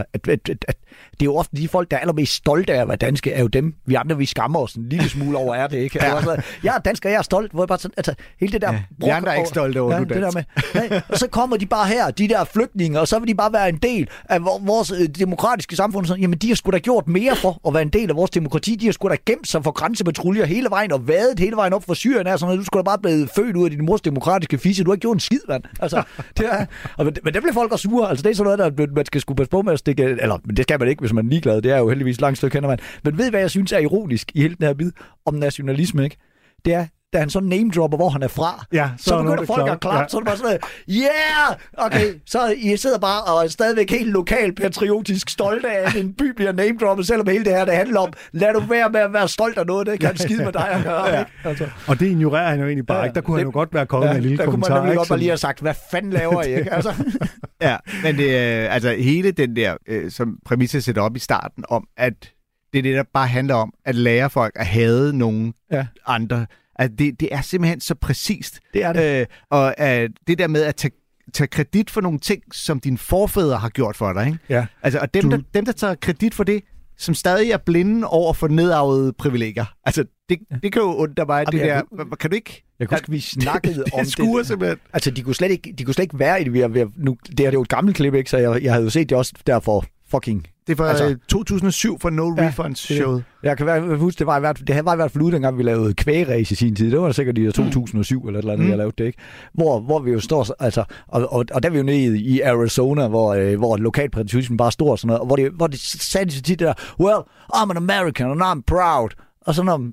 Speaker 4: det er jo ofte de folk, der er allermest stolte af at være danske, er jo dem. Vi andre, vi skammer os en lille smule over, er det ikke? Jeg er dansker, jeg er stolt. Hvor jeg bare sådan, altså, hele det der...
Speaker 5: Vi andre er ikke stolte over, du
Speaker 4: det der med. Og så kommer de bare her, de der flygtninge, og så vil de bare være en del af vores demokratiske samfund. Sådan, jamen, de har sgu da gjort mere for at være en del af vores demokrati. De har sgu da gemt sig for grænsepatruljer hele vejen og vadet hele vejen op fra Syrien. Altså, du skulle da bare blive født ud af din mors demokratiske fisse. Du har ikke gjort en skid, mand. Altså, men det bliver folk også sure. Altså, det er sådan noget, der man skal skulle passe på med at stikke... Eller, men det skal man ikke, hvis man er ligeglad. Det er jo heldigvis langt stykke kender man. Men ved hvad jeg synes er ironisk i hele den her bid om nationalisme, ikke? Det er, da han så name-dropper, hvor han er fra, så begynder folk at klappe, så er det bare sådan, okay, så I sidder bare og er stadigvæk helt lokalt patriotisk stolte af, at en by bliver name-droppet, selvom hele det her, det handler om, lad du være med at være stolt af noget, det kan skide med dig at gøre, ikke? Altså.
Speaker 3: Og det ignorerer han jo egentlig bare ikke. Der kunne han jo godt være kommet med en lille kommentar.
Speaker 4: Der kunne man godt bare lige have sagt, hvad fanden laver I, ikke? Altså.
Speaker 5: Ja, men det, hele den der, som præmisset sætter op i starten, om at det er det, der bare handler om, at lære folk at hade nogen andre. At det er simpelthen så præcist.
Speaker 4: Det er det.
Speaker 5: Og det der med at tage kredit for nogle ting, som dine forfædre har gjort for dig. Ikke?
Speaker 3: Ja.
Speaker 5: Altså, og dem, der tager kredit for det, som stadig er blinde over for nedarvede privilegier. Altså, det kan jo undre mig, det der... Kan du ikke...
Speaker 4: Jeg kunne huske, vi snakkede om det.
Speaker 5: Skuer simpelthen.
Speaker 4: Altså, de kunne slet ikke være i det. Nu, det er jo et gammelt klip, ikke? Så jeg havde jo set det også derfor fucking...
Speaker 5: Det var 2007 for No Refunds showet.
Speaker 4: Jeg kan huske, det var i hvert fald ude, dengang vi lavede kvægræs i sin tid. Det var sikkert i 2007 eller et eller andet, jeg lavede det, ikke? Hvor vi jo står, altså, og der er vi jo nede i Arizona, hvor lokalpatriotismen bare står og sådan noget, hvor de sagde så tit der, well, I'm an American and I'm proud. Og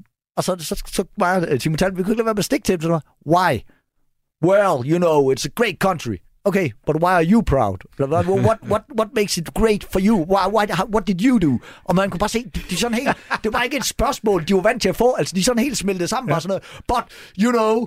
Speaker 4: så var Simon Talbot, vi kunne ikke lade være med stik til dem, why? Well, you know, it's a great country. Okay, but why are you proud? What makes it great for you? What did you do? Og man kunne bare se, de sådan helt, det var ikke et spørgsmål, de var vant til at få, altså de sådan helt smeltede sammen, bare sådan noget, but, you know,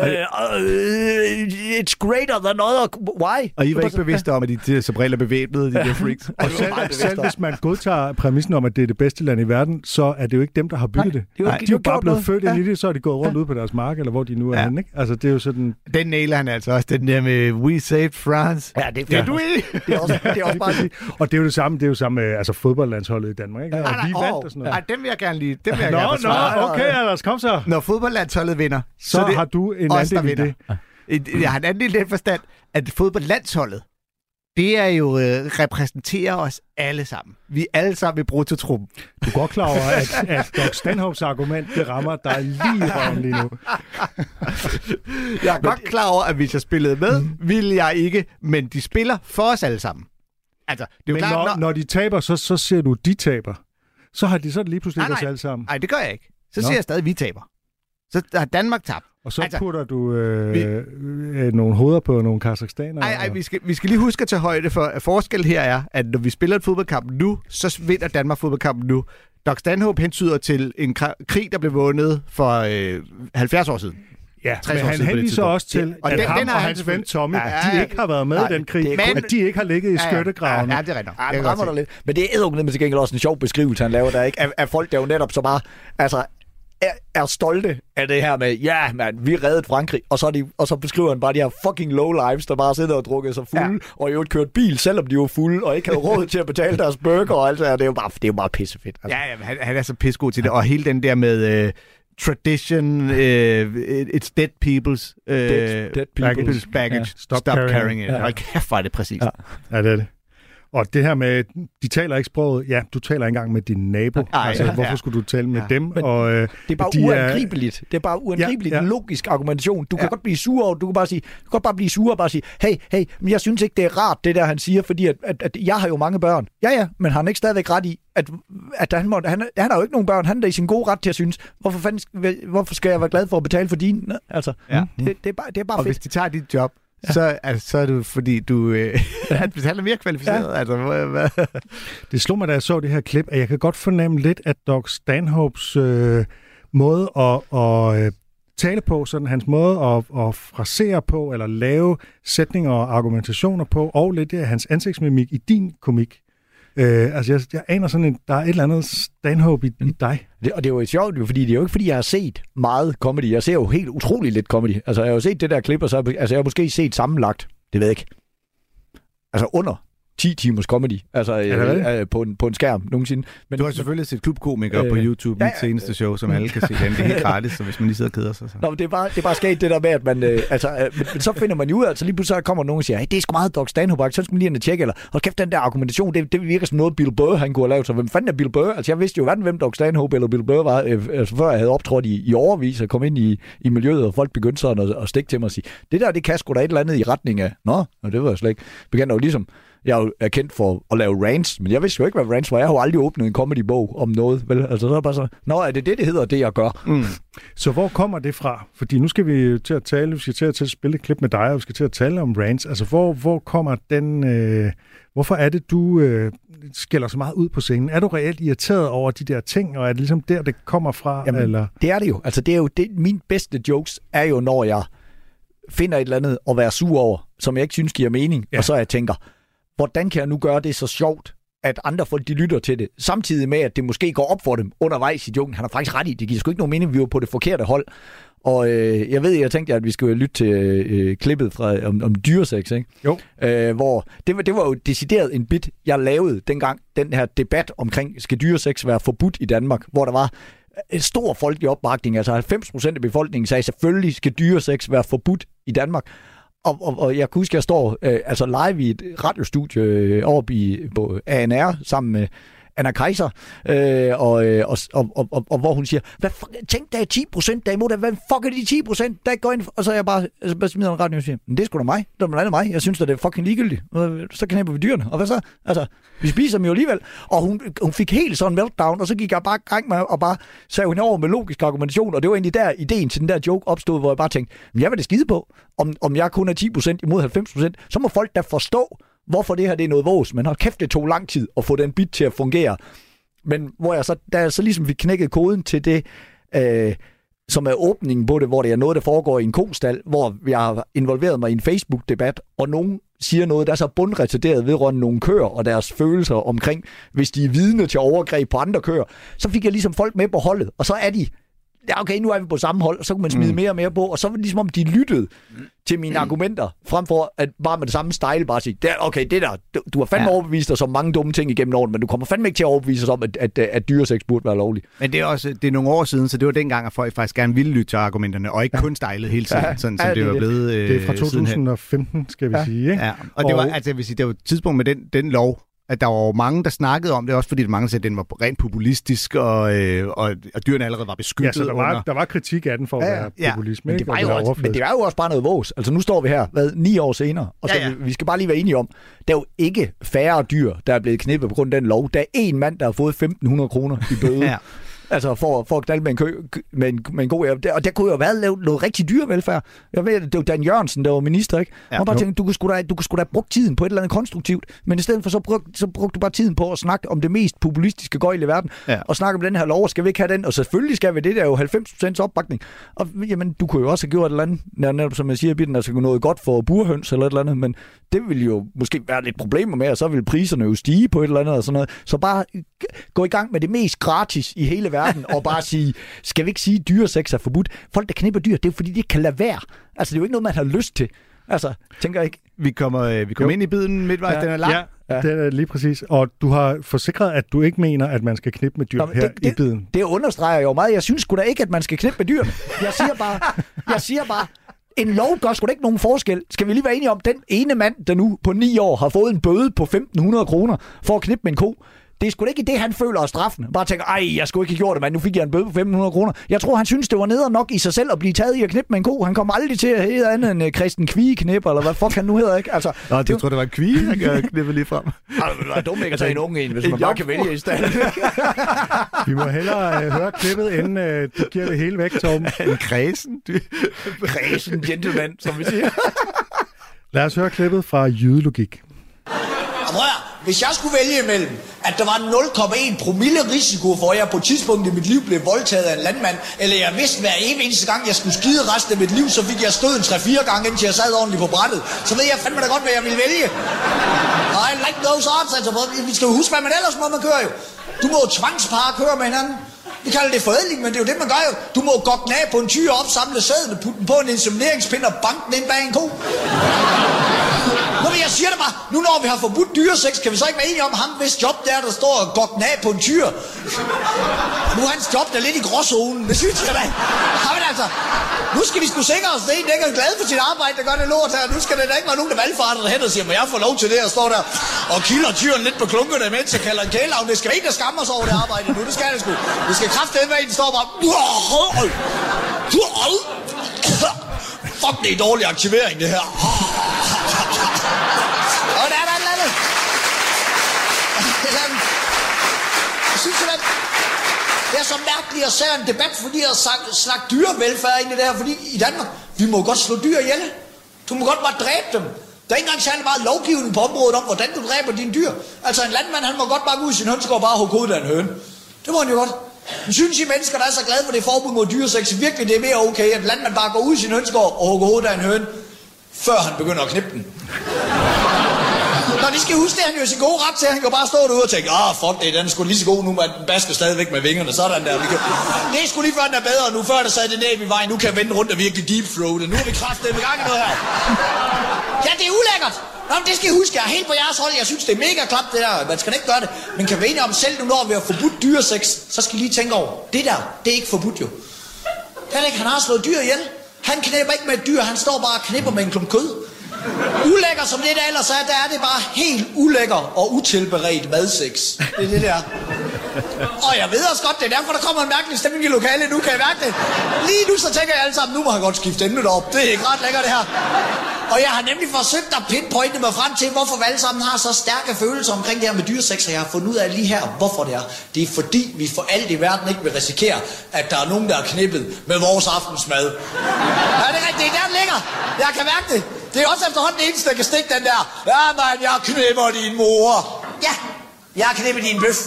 Speaker 4: it's greater than other, why?
Speaker 5: Og I var ikke bevidste om, at de som regel er bevæbnede, de der freaks.
Speaker 3: Og selv hvis man godtager præmissen om, at det er det bedste land i verden, så er det jo ikke dem, der har bygget det. De er jo bare blevet født ind i det, så er de gået rundt ude på deres mark, eller hvor de nu er henne, ikke? Altså, det er jo sådan...
Speaker 5: Den nailer han altså også, den der med, we say saved France.
Speaker 4: Ja, det er du ikke. Det er også bare...
Speaker 3: Og det er jo det samme med altså fodboldlandsholdet i Danmark, ikke? Og vi vandt og sådan noget.
Speaker 5: Nej, dem vil jeg gerne lide.
Speaker 3: Okay, Anders, kom så.
Speaker 5: Når fodboldlandsholdet vinder,
Speaker 3: så har du en andel i det.
Speaker 5: Jeg har en andel i den forstand, at fodboldlandsholdet, det er jo repræsenterer os alle sammen. Vi er alle sammen i brutotruppen.
Speaker 3: Du er godt klar over, at Doug Stanhopes argument, det rammer dig lige i røven lige nu.
Speaker 5: Jeg er godt klar over, at hvis jeg spillede med, ville jeg ikke, men de spiller for os alle sammen. Altså, det er jo klart,
Speaker 3: når de taber, så ser du, de taber. Så har de så lige pludselig os alle sammen.
Speaker 5: Nej, det gør jeg ikke. Så siger jeg stadig, at vi taber. Så har Danmark tabt.
Speaker 3: Og så putter du nogle hoveder på nogle kazakhstanere.
Speaker 5: Nej, vi skal lige huske at tage højde for, at forskel her er, at når vi spiller et fodboldkamp nu, så vinder Danmark fodboldkampen nu. Doug Stanhope hentyder til en krig, der blev vundet for 70 år siden.
Speaker 3: Ja, men han henviser også til, at ham og hans ven Tommy, de ikke har været med i den krig, at de ikke har ligget i skyttegravene.
Speaker 5: Ja, det er rigtigt.
Speaker 4: Men det er edderugnet til gengæld også en sjov beskrivelse, han laver der, ikke? Af folk, der jo netop så bare... Altså, er stolte af det her med, ja, man, vi reddede Frankrig, og så beskriver han bare de her fucking low lives, der bare sidder og drukker sig fulde, og jo kørt bil, selvom de var fulde, og ikke havde råd til at betale deres burger og alt det her. Det er jo bare pissefedt. Altså.
Speaker 5: Ja, han er så pissegod til det, og hele den der med tradition, it's dead people's baggage. Stop carrying it. Hold kæft, var det præcis.
Speaker 3: Ja, det er det. Og det her med, de taler ikke sproget, ja, du taler ikke engang med din nabo. Hvorfor skulle du tale med dem? Og,
Speaker 4: det er bare uangribeligt. Det er bare uangribeligt. En logisk argumentation. Du kan godt blive sur over, du kan godt bare blive sur og bare sige, hey, men jeg synes ikke, det er rart, det der, han siger, fordi at jeg har jo mange børn. Ja, men han er ikke stadigvæk ret i, at han har jo ikke nogen børn. Han er i sin gode ret til at synes, hvorfor skal jeg være glad for at betale for dine? Altså, det er bare
Speaker 5: og
Speaker 3: fedt.
Speaker 5: Hvis de tager dit job, så er det fordi, du betaler mere kvalificeret. Ja. Altså,
Speaker 3: det slog mig, da jeg så det her klip, at jeg kan godt fornemme lidt, at Doug Stanhopes måde at tale på, sådan hans måde at frasere på, eller lave sætninger og argumentationer på, og lidt af hans ansigtsmimik i din komik. Altså, jeg aner sådan, der er et eller andet Stanhope i dig.
Speaker 4: Og det er jo sjovt, fordi det er jo ikke, fordi jeg har set meget comedy. Jeg ser jo helt utroligt lidt comedy. Altså, jeg har jo set det der klip, og så jeg har måske set sammenlagt, det ved jeg ikke, altså under 10 timers comedy, altså på en skærm nogensinde. Men,
Speaker 5: du har selvfølgelig set klubkomikere på YouTube, mit seneste show, som alle kan se. Det er helt gratis, så hvis man lige sidder og keder sig. Så.
Speaker 4: Nå, det er bare sket det der med, at man... men så finder man jo ud af, altså lige pludselig kommer nogen og siger, hey, det er sgu meget Doug Stanhope, så skal man lige ind og tjekke, eller hold kæft, den der argumentation, det virker som noget Bill Burr, han kunne have lavet. Så hvem fanden er Bill Burr? Altså jeg vidste jo hverken, hvem Doug Stanhope eller Bill Burr var, før jeg havde optrådt i overvis og kom ind i miljøet, og folk begyndte sådan at stikke til mig og sige, det der, det kan sgu da et eller andet i retning af, det var jeg slet ikke. Begyndte jo ligesom, jeg er kendt for at lave rants, men jeg vidste jo ikke, hvad rants var. Jeg har jo aldrig åbnet en comedy-bog om noget. Vel? Altså, så er bare så, er det hedder, det jeg gør? Mm.
Speaker 3: Så hvor kommer det fra? Fordi nu skal vi til at tale, vi skal til at spille et klip med dig, og vi skal til at tale om rants. Altså, hvor kommer den... hvorfor er det, du skælder så meget ud på scenen? Er du reelt irriteret over de der ting, og er det ligesom der, det kommer fra?
Speaker 4: Jamen,
Speaker 3: eller?
Speaker 4: Det er det jo. Altså, det er jo mine bedste jokes er jo, når jeg finder et eller andet at være sur over, som jeg ikke synes giver mening, og så jeg tænker, hvordan kan jeg nu gøre det så sjovt, at andre folk, de lytter til det, samtidig med, at det måske går op for dem undervejs i joken. Han har faktisk ret i, det giver sgu ikke nogen mening, vi var på det forkerte hold. Og jeg tænkte, at vi skulle lytte til klippet fra, om dyresex, ikke?
Speaker 3: Jo.
Speaker 4: Hvor det var jo decideret en bit, jeg lavede dengang, den her debat omkring, skal dyresex være forbudt i Danmark, hvor der var en stor folkelig opbakning, altså 90% af befolkningen sagde, selvfølgelig skal dyresex være forbudt i Danmark. Og jeg kan huske, at jeg står live i et radiostudie oppe på ANR sammen med Anna Kaiser, og hvor hun siger, tænk, der er 10%, der er imod det. Hvad fuck er de 10%, der går ind? Og så er jeg bare smider en radio og siger, men det er sgu da mig. Det er blandt andet mig. Jeg synes, at det er fucking ligegyldigt. Så knæpper vi dyrene. Og hvad så? Altså, vi spiser dem jo alligevel. Og hun fik helt sådan en meltdown, og så gik jeg bare gang med og bare sagde hende over med logisk argumentation, og det var egentlig der, ideen til den der joke opstod, hvor jeg bare tænkte, men jeg vil da skide på, om jeg kun er 10% imod 90%, så må folk da forstå, hvorfor det her det er noget vås. Men hold kæft, det tog lang tid at få den bit til at fungere. Men hvor jeg så ligesom fik knækket koden til det, som er åbningen på det, hvor det er noget, der foregår i en kostal, hvor jeg har involveret mig i en Facebook-debat, og nogen siger noget, der er så bundretarderet vedrørende nogle køer og deres følelser omkring, hvis de er vidne til overgreb på andre køer, så fik jeg ligesom folk med på holdet, og så er de ja, okay, nu er vi på samme hold, og så kunne man smide mere og mere på, og så var det ligesom om, de lyttede til mine argumenter, frem for at bare med det samme style bare sige, okay, det der, du har fandme overbevist os om mange dumme ting igennem årene, men du kommer fandme ikke til at overbevise os om, at dyresex burde være lovligt.
Speaker 5: Men det er nogle år siden, så det var dengang, at folk faktisk gerne ville lytte til argumenterne, og ikke kun stylet hele tiden, sådan som det var blevet.
Speaker 3: Det er fra 2015, skal vi sige, ikke?
Speaker 5: Ja. Og det var, altså, jeg vil sige, det var et tidspunkt med den lov, at der var mange, der snakkede om det, også fordi mange sagde, at den var rent populistisk, og dyrene allerede var beskyttet.
Speaker 3: Ja, så der var kritik af den for at være populisme.
Speaker 4: Men det var jo også bare noget vås. Altså nu står vi her, 9 år senere, og så vi skal bare lige være enige om, der er jo ikke færre dyr, der er blevet knippet på grund af den lov. Der er en mand, der har fået 1.500 kroner i bøde. Altså for at knalde med en god og der kunne jo have været lavet noget rigtig dyrevelfærd. Jeg ved, det var Dan Jørgensen, der var minister, ikke? Ja, man bare tænkte, du kunne sgu da have brugt tiden på et eller andet konstruktivt, men i stedet for så brugte du bare tiden på at snakke om det mest populistiske gøjl i verden, og snakke om den her lov, og skal vi ikke have den, og selvfølgelig skal vi det, der er jo 90% opbakning. Og jamen, du kunne jo også have gjort et eller andet, som jeg siger i bitten, altså noget godt for burhøns eller et eller andet, men det ville jo måske være lidt problemer med, og så ville priserne jo stige på et eller andet og sådan noget. Så bare gå i gang med det mest gratis i hele verden, og bare sige, skal vi ikke sige, at dyresex er forbudt? Folk, der knipper dyr, det er jo fordi, de ikke kan lade være. Altså, det er jo ikke noget, man har lyst til. Altså, tænker jeg ikke.
Speaker 5: Vi kommer ind i biden midtvejs, den er lang.
Speaker 3: Ja, det er lige præcis. Og du har forsikret, at du ikke mener, at man skal knippe med dyr i biden.
Speaker 4: Det understreger jo meget. Jeg synes sgu da ikke, at man skal knippe med dyr. Jeg siger bare, en lov gør sgu da ikke nogen forskel. Skal vi lige være enige om, den ene mand, der nu på 9 år har fået en bøde på 1.500 kroner for at knippe med en ko, det er sgu da ikke det, han føler af straffen. Bare tænker, jeg skulle ikke have gjort det, men nu fik jeg en bøde på 1.500 kroner. Jeg tror, han synes, det var nede nok i sig selv at blive taget i at knippe med en ko. Han kommer aldrig til at hedde andet end Christen Kvie-knipper, eller hvad fuck han nu hedder, ikke? Altså,
Speaker 5: jeg tror, det var en kvie, han kan knippe lige frem.
Speaker 4: Det var dumt ikke at tage en unge en, hvis man bare kan vælge i stedet.
Speaker 3: Vi må hellere høre klippet, inden du giver det hele væk, Torben.
Speaker 5: En kredsen.
Speaker 4: Kredsen gentleman, som vi siger.
Speaker 3: Lad os høre klippet fra Jydelogik.
Speaker 9: Hvis jeg skulle vælge imellem, at der var 0,1 promille risiko for, at jeg på et tidspunkt i mit liv blev voldtaget af en landmand, eller jeg vidste hver eneste gang, jeg skulle skide resten af mit liv, så fik jeg støden 3-4 gange, indtil jeg sad ordentligt på brættet, så ved jeg fandme da godt, hvad jeg ville vælge. I like those odds, altså. Vi skal jo huske, hvad man ellers må man køre jo. Du må jo tvangspare køre med hinanden. Vi kalder det forædling, men det er jo det, man gør jo. Du må gå knæ på en tyr, opsamle sædene, putte den på en insemineringspind og banke den ind bag en ko. Nu vil jeg sige det bare, nu når vi har forbudt dyresex, kan vi så ikke være enige om ham, hvis job der står og går knæ på en tyr. Nu er hans job der lidt i gråzonen, det synes jeg da. Men altså, nu skal vi sgu sikre os, det er en, der ikke er glad for sit arbejde, der gør det lort her. Nu skal det da ikke være nogen, der valgfarter derhen og siger, må jeg få lov til det, og står der og kilder tyren lidt på klunkerne, mens jeg kalder en kæleavn. Det skal ikke, der skammer sig over det arbejde nu, det skal det sgu. Det skal kraftedeme være, den står bare... Fuck, det er dårlig aktivering, det her. Og der er et eller andet. Jeg synes simpelthen, det er så mærkeligt at se en debat, fordi jeg snakke dyrevelfærd ind i det her, fordi i Danmark, vi må godt slå dyr ihjel. Du må godt bare dræbe dem. Der er ikke engang særlig meget lovgivning på området om, hvordan du dræber dine dyr. Altså en landmand, han må godt bare gå ud i sin hønsegård og bare hugge hovedet af en høne. Det må han jo godt. Men synes I mennesker, der er så glade for det forbud mod dyresex, virkelig det er mere okay, at landmand bare går ud i sin hønsegård og hugger hovedet af en høne, før han begynder at knippe den? Når de skal huske det, han jo sin gode ret til, han kan bare stå derude og tænke, fuck det, den er sgu lige så god nu, men den basker stadigvæk med vingerne, sådan der. Det er sgu lige før, den er bedre nu, før der sad det næb i vejen, nu kan jeg vende rundt og virkelig deep-throatet, nu er vi kraftedeme i gang i noget her. Ja, det er ulækkert. Nå, men det skal I huske, jeg er helt på jeres hold, jeg synes, det er mega klapt det der, man skal ikke gøre det. Men kan vi enige om selv nu, når vi har forbudt dyresex, så skal I lige tænke over, det der, det er ikke forbudt jo. Det er ikke, han har slået dyr ihjel. Han knipper ikke med et dyr, han står bare og knipper med en klump kød. Ulækker som det der ellers er, der er det bare helt ulækker og utilberedt madsex. Det er det der. Og jeg ved også godt, det er derfor, der kommer en mærkelig stemning i lokalet. Nu kan jeg mærke det. Lige nu så tænker jeg alle sammen, nu må han godt skifte emnet op. Det er ikke ret lækkert det her. Og jeg har nemlig forsøgt at pinpointe mig frem til, hvorfor vi alle sammen har så stærke følelser omkring det her med dyresex, og jeg har fundet ud af lige her, hvorfor det er. Det er fordi, vi for alt i verden ikke vil risikere, at der er nogen, der er knippet med vores aftensmad. Ja, det er rigtigt. Det er der, den ligger. Jeg kan mærke det. Det er også efterhånden det eneste, der kan stikke den der. Ja, man, jeg knipper din mor. Ja, jeg knipper din bøf.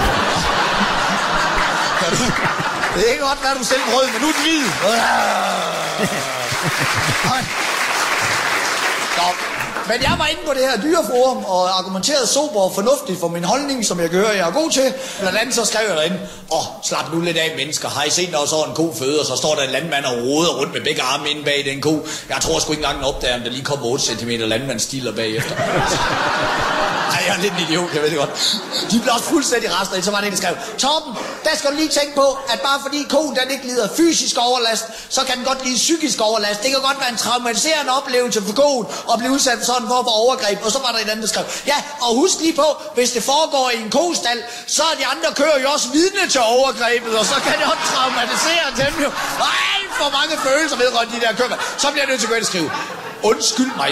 Speaker 9: Det er ikke godt, hvad du selv brød, men nu er den hvid. Men jeg var inde på det her dyreforum og argumenterede sober og fornuftigt for min holdning, som jeg gør, jeg er god til. Blandt andet så skrev jeg derinde, slap nu lidt af mennesker. Har I set, når så en ko føder, så står der en landmand og roder rundt med begge arme inde bag den ko. Jeg tror sgu ikke engang den opdager, om der lige kommer 8 cm landmandsstiler bagefter. Ej, jeg er lidt en idiot, jeg ved det godt. De blev også fuldstændig rastet, så var det en, der skrev, Torben, der skal du lige tænke på, at bare fordi koen den ikke lider fysisk overlast, så kan den godt lide psykisk overlast. Det kan godt være en traumatiserende oplevelse for koen at blive udsat for sådan en form for overgreb. Og så var der en anden, der skrev, ja, og husk lige på, hvis det foregår i en kostal, så er de andre kører jo også vidne til overgrebet, og så kan det også traumatisere dem jo. Og alt for mange følelser vedrørende de der køber. Så bliver jeg nødt til at gå ind og skrive, undskyld mig.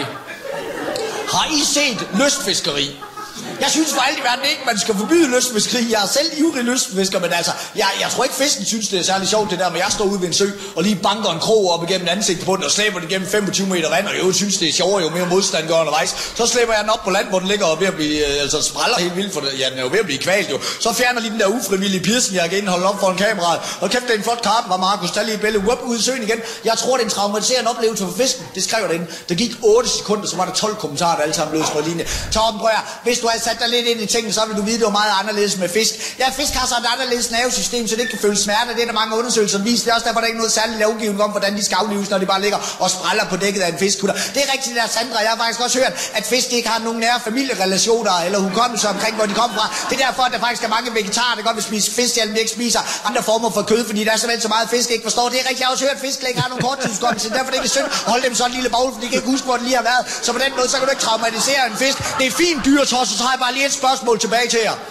Speaker 9: Har I set lystfiskeri? Jeg synes for alt i verden ikke, man skal forbyde lystfiskeri. Jeg er selv ivrig lystfisker, men altså, jeg tror ikke fisken synes, det er særlig sjovt det der, men jeg står ude ved en sø og lige banker en krog op igennem ansigtet på den og slæber den igennem 25 meter vand, og jeg synes, det er sjovere, jo mere modstand gør undervejs. Så slæber jeg den op på land, hvor den ligger og ved at blive, spræller helt vildt, for det. Ja, den er jo ved at blive kvalt jo. Så fjerner lige den der ufrivillige pirsen, jeg kan holde op foran kameraet. Og kæft, det er en flot karp, var Markus, tag lige et billede, ud i søen igen. Jeg tror, det er en traumatiserende oplevelse for fisken. Det skrev jeg derinde. Der gik 8 sekunder, så var der 12 kommentarer, der alle sammen blev på linje. Torben, prøv at, hvis du havde sat dig lidt ind i tingene, så vil du vide, det var meget anderledes med fisk. Ja, fisk har så et anderledes nervesystem, så det ikke kan føle smerte. Det er der mange undersøgelser, som viser. Det er også derfor, der er ikke noget særligt lovgivning om, hvordan de skal aflives, når de bare ligger og spræller på dækket af en fiskkutter. Det er rigtigt, der Sandra. Jeg har faktisk også hørt, at fisk ikke har nogen nære familierelationer eller hukommelse omkring, hvor de kommer fra. Det er derfor, at der faktisk er mange vegetarer, der godt vil spise fisk, selvom de ikke spiser andre former for kød, fordi der er simpelthen så meget fisk, ikke forstår. Det er rigtigt. Jeg har også hørt, at fisk ikke har nogen korttidshukommelse. Derfor er det ikke synd at holde dem så en lille bowl, for de kan ikke huske, hvor de lige har været. Så på den måde, så kan du ikke traumatisere en fisk. Det er fint dyr, så har jeg bare lige et spørgsmål tilbage til jer.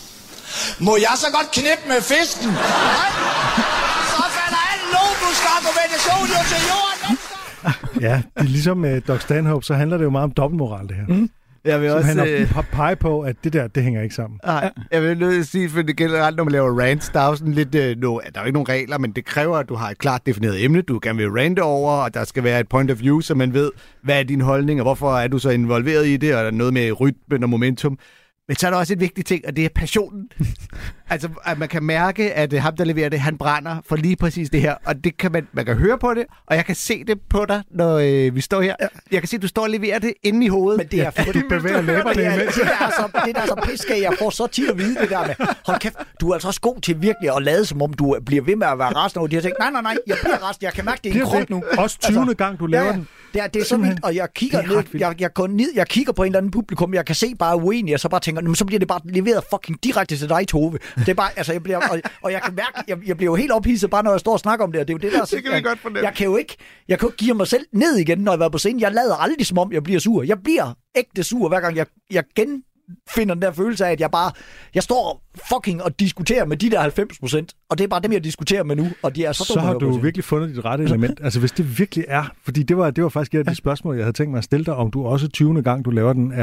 Speaker 9: Må jeg så godt knippe med fisken? Nej. Så falder alle logisk argumentation jo til jorden.
Speaker 3: Ja, det er ligesom med Doc Stanhope, så handler det jo meget om dobbeltmoral, det her. Mm.
Speaker 5: Jeg vil også
Speaker 3: pege på, at det der, det hænger ikke sammen.
Speaker 5: Nej, jeg vil nødt til at sige, for det gælder ret, når man laver rants, der er jo sådan lidt, der er jo ikke nogen regler, men det kræver, at du har et klart defineret emne, du gerne vil rante over, og der skal være et point of view, så man ved, hvad er din holdning, og hvorfor er du så involveret i det, og der er noget med rytmen og momentum. Men så er der også et vigtigt ting, og det er passionen. Altså, at man kan mærke, at ham, der leverer det, han brænder for lige præcis det her. Og det kan man kan høre på det, og jeg kan se det på dig, når vi står her. Jeg kan se, at du står og leverer det inde i hovedet.
Speaker 4: Men det er for
Speaker 3: du bevæger læberne imens.
Speaker 4: Det der er så piske, jeg får så tit at vide det der med, hold kæft, du er altså også god til virkelig at lade, som om du bliver ved med at være resten, og de har tænkt, nej, jeg bliver resten, jeg kan mærke det i en krop nu.
Speaker 3: Også 20. gang, du laver den.
Speaker 4: Det er så vildt, og jeg kigger ned, jeg går ned, jeg kigger på en eller anden publikum, jeg kan se bare uenig, og så bare tænker, så bliver det bare leveret fucking direkte til dig, Tove. Det er bare, altså, jeg bliver, og jeg kan mærke, jeg bliver jo helt ophidset, bare når jeg står og snakker om det, og det er jo det der,
Speaker 5: det kan vi godt fornemme.
Speaker 4: Jeg kan jo ikke give mig selv ned igen, når jeg er på scenen. Jeg lader aldrig som om, jeg bliver sur. Jeg bliver ægte sur, hver gang jeg finder den der følelse af, at jeg står fucking og diskuterer med de der 90%, og det er bare dem, jeg diskuterer med nu, og de er så dumme.
Speaker 3: Så har du virkelig fundet dit rette element. Altså hvis det virkelig er, fordi det var faktisk et af de spørgsmål, jeg havde tænkt mig at stille dig, om du også 20. gang, du laver den,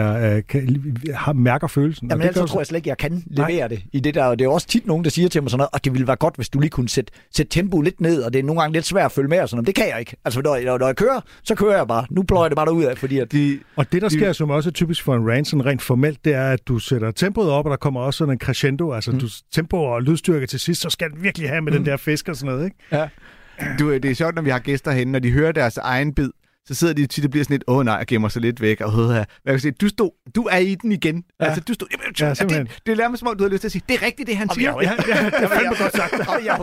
Speaker 3: mærker følelsen.
Speaker 4: Jamen ellers tror jeg slet ikke, jeg kan levere det i det der, og det er også tit nogen, der siger til mig sådan noget, og det ville være godt, hvis du lige kunne sætte tempoet lidt ned, og det er nogle gange lidt svært at følge med, og sådan noget. Det kan jeg ikke. Altså når jeg kører, så kører jeg bare. Nu pløjer det bare derud af, fordi at...
Speaker 3: Og det, der sker, som også er typisk for en rant, sådan rent formelt, det er, at du sætter tempoet op, og der kommer også sådan en crescendo, altså du tempo og lydstyrke til sidst, så skal den virkelig have med den der fisk og sådan noget, ikke?
Speaker 5: Ja. Det er sjovt, når vi har gæster herinde, når de hører deres egen bid, så sidder de tit og bliver sådan lidt, nej, jeg gemmer sig lidt væk, og jeg kan sige, du er i den igen. Ja. Altså, det er nærmest som om, du har lyst til at sige, det er rigtigt, det han siger.
Speaker 3: Det er fandme godt sagt.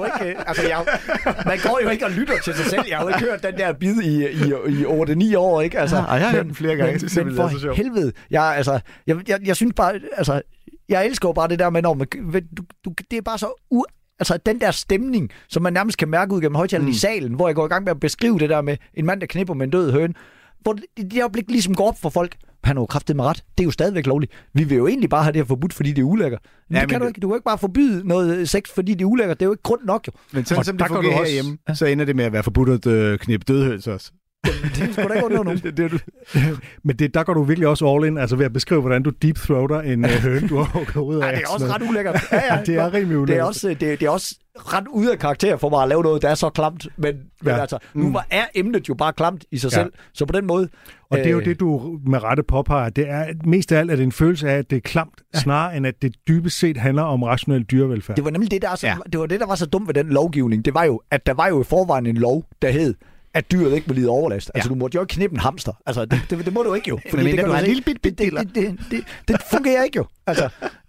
Speaker 4: Man går jo ikke og lytter til sig selv. Jeg har jo ikke hørt den der bid i 8-9 år, ikke? Altså,
Speaker 5: jeg har hørt den flere gange.
Speaker 4: Men for helvede, jeg synes bare, altså, jeg elsker jo bare det der med, når man, det er bare så altså den der stemning, som man nærmest kan mærke ud gennem højtalerne i salen, hvor jeg går i gang med at beskrive det der med en mand, der knipper med en død høne, hvor det øjeblik ligesom går op for folk. Han er jo kraftigt med ret. Det er jo stadigvæk lovligt. Vi vil jo egentlig bare have det her forbudt, fordi det er ulækkert. Men det kan du ikke. Du kan ikke bare forbyde noget sex, fordi det er ulækkert. Det er jo ikke grund nok, jo.
Speaker 5: Men sådan som det fungerer herhjemme, så ender det med at være forbudt at knippe dødhøns også.
Speaker 4: Det skulle da ikke under nogen.
Speaker 3: Men der går du virkelig også all in, altså ved at beskrive, hvordan du deep throater en høne, du har hugget ud af.
Speaker 4: Ja, det er også ret ulækkert. Ja,
Speaker 3: det er rimelig ulækkert.
Speaker 4: Det er også ret ude af karakter for mig at lave noget, der er så klamt. Men altså, nu er emnet jo bare klamt i sig selv. Så på den måde...
Speaker 3: Og det er jo det, du med rette påpeger. Det er mest af alt, at det er en følelse af, at det er klamt, snarere end at det dybest set handler om rationel dyrevelfærd.
Speaker 4: Det var nemlig det, der var så dumt ved den lovgivning. Det var jo, at der var jo i forvejen en lov, der hed, at dyret ikke må lide overlast. Altså, du måtte jo ikke knippe en hamster. Altså, det må du ikke jo.
Speaker 5: Fordi det, du har en lille bit deler.
Speaker 4: Det fungerer ikke jo. Altså,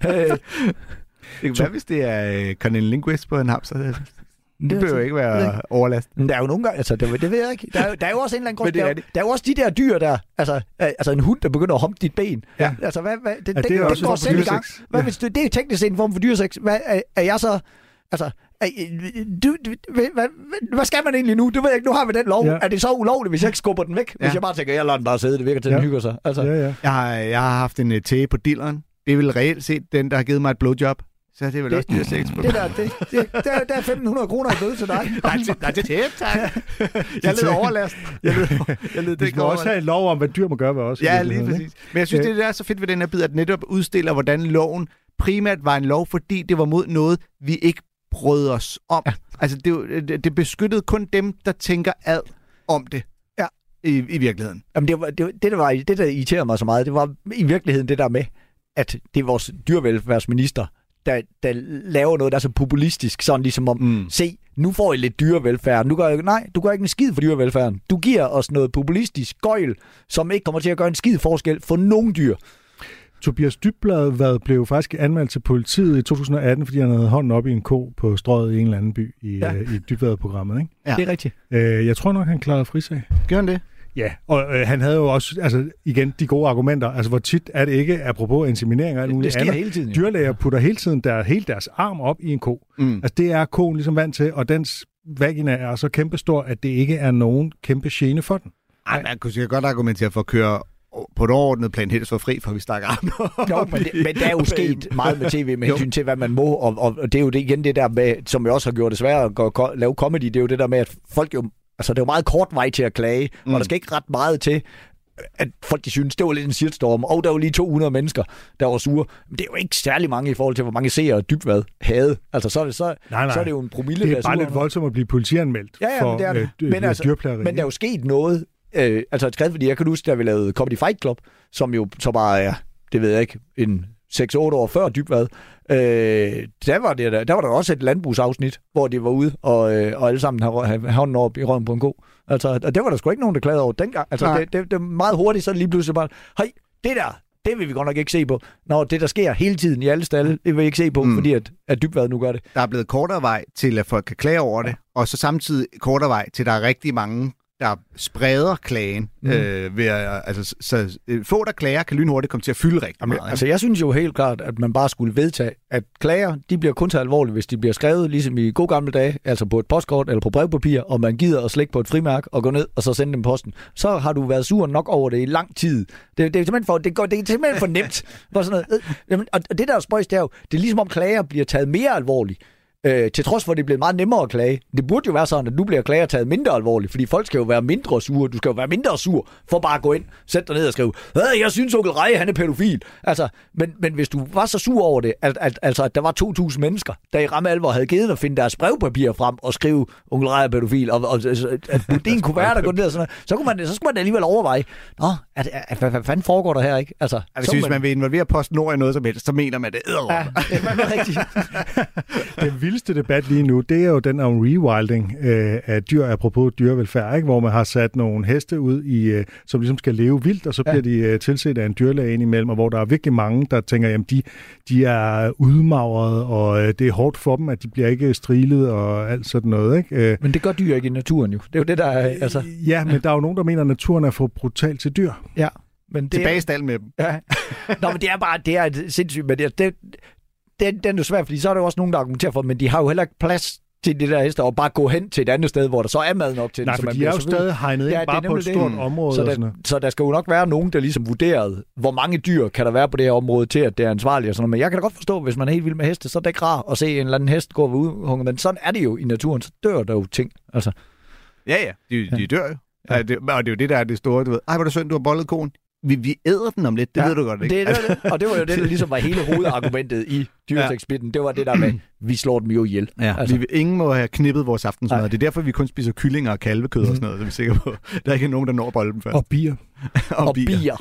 Speaker 5: hvad hvis det er cunnilingus på en hamster? Det bør jo ikke være overlast.
Speaker 4: Men der er jo nogle gange, altså det ved jeg ikke. Der er jo også en eller anden grund. Der er jo også de der dyr der, altså en hund, der begynder at humpe dit ben.
Speaker 5: Ja.
Speaker 4: Altså det
Speaker 3: også
Speaker 4: går selv i gang. Hvad hvis det er teknisk set en form for dyresex? Hvad er jeg så? Altså, hvad skal man egentlig nu? Det ved jeg ikke. Nu har vi den lov. Ja. Er det så ulovligt, hvis jeg ikke skubber den væk? Hvis jeg bare tænker, jeg lader den bare sidde, det virker til, den hygger sig. Altså.
Speaker 5: Jeg har haft en tæge på dilleren. Det er vel reelt set den, der har givet mig et blowjob. Så det er vel også dyresex på
Speaker 4: det. Der er 1.500 kroner i bøde til dig.
Speaker 5: Nej, det er tak. Jeg led overlast.
Speaker 3: Vi skal også have en lov om, hvad dyr må gøre ved os.
Speaker 5: Ja, lige præcis. Men jeg synes, det er så fedt ved den her bid, at netop udstiller, hvordan loven primært var en lov, fordi det var mod noget, vi ikke brød os om. Ja. Altså, det beskyttede kun dem, der tænker ad om det. Ja. I virkeligheden.
Speaker 4: Jamen, det der irriterer mig så meget, det var i virkeligheden det der med, at det er vores dyrevelfærdsminister, der laver noget, der er så populistisk, sådan ligesom om, se, nu får I lidt dyrevelfærd. Du gør ikke en skid for dyrevelfærden. Du giver os noget populistisk gøjl, som ikke kommer til at gøre en skid forskel for nogen dyr.
Speaker 3: Tobias Dybvad blev faktisk anmeldt til politiet i 2018, fordi han havde hånden op i en ko på strøget i en eller anden by i Dybvad-programmet. Ikke?
Speaker 4: Ja. Det er rigtigt.
Speaker 3: Jeg tror nok, han klarede frisag.
Speaker 5: Gør han det?
Speaker 3: Ja, og han havde jo også, altså igen, de gode argumenter. Altså, hvor tit er det ikke, apropos inseminering og alt muligt andet.
Speaker 4: Det sker hele tiden.
Speaker 3: Dyrlæger putter hele tiden hele deres arm op i en ko. Altså, det er koen ligesom vant til, og dens vagina er så kæmpestor, at det ikke er nogen kæmpe gene for den.
Speaker 5: Ej, man kunne godt argumentere for at køre på et overordnet plan helst for fri, for vi stakker armene.
Speaker 4: Jo, men der er jo sket meget med tv med hensyn til, hvad man må, og det er jo det igen det der med, som jeg også har gjort det svært at lave comedy, det er jo det der med, at folk jo, altså det er jo meget kort vej til at klage, og der skal ikke ret meget til, at folk de synes, det var lidt en shitstorm, og der var lige 200 mennesker, der var sure. Men det er jo ikke særlig mange i forhold til, hvor mange seere Dybvad havde. Altså så er det jo en promille.
Speaker 3: Det er bare lidt voldsomt at blive politianmeldt for dyrplageri.
Speaker 4: Men der er jo sket noget, altså et skridt, fordi jeg kan huske, da vi lavede Comedy Fight Club, som jo så bare er, det ved jeg ikke, en 6-8 år før Dybvad, der var der også et landbrugsafsnit, hvor de var ude, og alle sammen havde hånden op i røven på en ko. Altså, og det var der sgu ikke nogen, der klagede over dengang. Altså, det er meget hurtigt, så lige pludselig bare, hej, det vil vi godt nok ikke se på. Når det, der sker hele tiden i alle stalle, det vil vi ikke se på, fordi at Dybvad nu gør det. Der
Speaker 5: er blevet kortere vej til, at folk kan klage over det, og så samtidig kortere vej til, at der er rigtig mange, der spreder klagen. Så få, der klager, kan lynhurtigt komme til at fylde rigtig meget.
Speaker 4: Altså, jeg synes jo helt klart, at man bare skulle vedtage, at klager, de bliver kun taget alvorligt, hvis de bliver skrevet, ligesom i gode gamle dage, altså på et postkort eller på brevpapir, og man gider at slække på et frimærk og gå ned og så sende dem posten. Så har du været sur nok over det i lang tid. Det er simpelthen for nemt. Sådan noget. Og det der spøjs, det er jo, det er ligesom om klager bliver taget mere alvorligt. Til trods for, at det bliver meget nemmere at klage. Det burde jo være sådan, at nu bliver klager taget mindre alvorligt, fordi folk skal jo være mindre sure. Du skal jo være mindre sur for bare at gå ind, sætte dig ned og skrive, jeg synes onkel Rej, han er pædofil. Altså, men hvis du var så sur over det, at der var 2.000 mennesker, der i ramme alvor havde givet at finde deres brevpapir frem og skrive, onkel Rej er pædofil, og at det kunne være, der går ned og sådan noget, så skulle man alligevel overveje, hvad fanden foregår der her, ikke? Altså,
Speaker 5: hvis man vil involvere PostNord i noget som helst, så mener man det
Speaker 4: det er rigtigt.
Speaker 3: Den vildeste debat lige nu, det er jo den om rewilding af dyr, apropos dyrevelfærd, ikke? Hvor man har sat nogle heste ud, som ligesom skal leve vildt, og så bliver de tilset af en dyrlæge indimellem, og hvor der er virkelig mange, der tænker, jamen de er udmagrede, og det er hårdt for dem, at de bliver ikke strilet og alt sådan noget. Ikke?
Speaker 4: Men det gør dyr ikke i naturen jo. Det er jo det, der er... Altså...
Speaker 3: Ja, men der er jo nogen, der mener, at naturen er for brutal til dyr.
Speaker 4: Ja. Men det
Speaker 5: tilbage i stalden med dem.
Speaker 4: Ja. Nå, men det er sindssygt, men den er jo svært, fordi så er der jo også nogen, der argumenterer for, men de har jo heller ikke plads til det der hester, og bare gå hen til et andet sted, hvor der så er mad nok til.
Speaker 3: Nej, for de er jo stadig hegnet ind, bare på et stort område.
Speaker 4: Så der skal jo nok være nogen, der ligesom vurderede, hvor mange dyr kan der være på det her område til, at det er ansvarligt og sådan noget. Men jeg kan da godt forstå, hvis man er helt vild med heste, så er det ikke rart at se en eller anden hest gå udhunget. Men sådan er det jo i naturen, så dør der jo ting. Altså.
Speaker 5: Ja, de dør jo. Ja. Og det er jo det, der er det store, du ved. Ej, hvor er det synd, du har bollet koen. Vi æder den om lidt, det ved du godt, ikke?
Speaker 4: Det. Og det var jo det, der ligesom var hele hovedargumentet i dyreseksbitten. Det var det der med, vi slår dem jo ihjel.
Speaker 5: Ja, altså. Ingen må have knippet vores aftensmad. Det er derfor, vi kun spiser kyllinger og kalvekød og sådan noget, så vi er sikre på. Der er ikke nogen, der når bolden først.
Speaker 3: Og bier.
Speaker 4: og bier.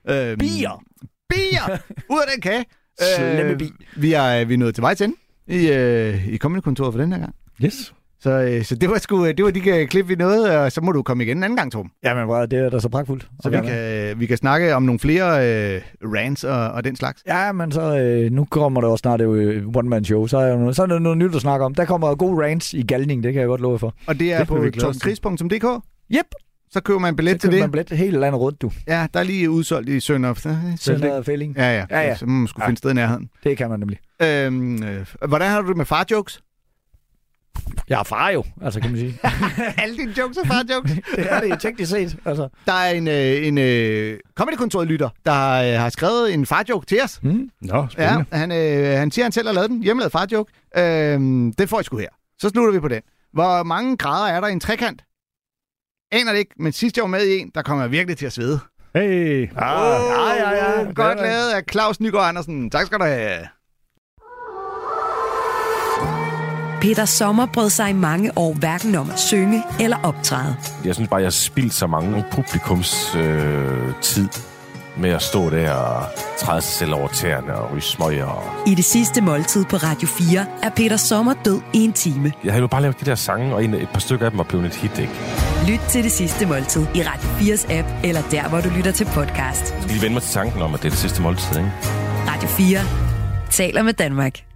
Speaker 5: Bier! Ud af den kage!
Speaker 4: Slemme bi.
Speaker 5: Vi er nået til vejs ende i Comedy-kontoret for den her gang.
Speaker 3: Yes.
Speaker 5: Så det var de klip, vi nåede, og så må du komme igen en anden gang, Torben.
Speaker 4: Jamen, det er da så pragtfuldt.
Speaker 5: Så vi kan snakke om nogle flere rants og den slags.
Speaker 4: Ja, men så nu kommer der også snart one-man-show. Så er der noget nyt at snakke om. Der kommer gode rants i Galning, det kan jeg godt love for.
Speaker 5: Og det er på torbenkris.dk?
Speaker 4: Yep.
Speaker 5: Så køber man billet til det?
Speaker 4: Så køber man billet hele landet rundt, du.
Speaker 5: Ja, der er lige udsolgt i Sønder
Speaker 4: Fælling.
Speaker 5: Ja. Så man skulle finde sted i nærheden.
Speaker 4: Det kan man nemlig.
Speaker 5: Hvordan har du det med far-jokes?
Speaker 4: Jeg er far jo, altså kan man sige.
Speaker 5: Alle dine jokes er far-jokes.
Speaker 4: Det er det teknisk set. Altså.
Speaker 5: Der er en Comedy-kontoret-lytter, der har skrevet en far-joke til os.
Speaker 3: Nå, spændende.
Speaker 5: Ja, han siger, han selv har lavet den. Hjemmelavet far-joke. Den får I sgu her. Så slutter vi på den. Hvor mange grader er der i en trekant? Aner det ikke, men sidst jeg var med i en, der kom jeg virkelig til at svede.
Speaker 3: Hey!
Speaker 5: Ja. Godt lavet af Claus Nygaard Andersen. Tak skal du have.
Speaker 2: Peter Sommer brød sig i mange år hverken om at synge eller optræde.
Speaker 10: Jeg synes bare, jeg har spildt så mange publikums tid med at stå der og træde sig selv over tæerne og ryge smøger.
Speaker 2: I det sidste måltid på Radio 4 er Peter Sommer død i en time.
Speaker 10: Jeg havde jo bare lavet de der sange, og et par stykker af dem var blevet et hit, ikke?
Speaker 2: Lyt til det sidste måltid i Radio 4's app, eller der, hvor du lytter til podcast.
Speaker 10: Jeg skal lige vende mig til tanken om, at det er det sidste måltid, ikke?
Speaker 2: Radio 4 taler med Danmark.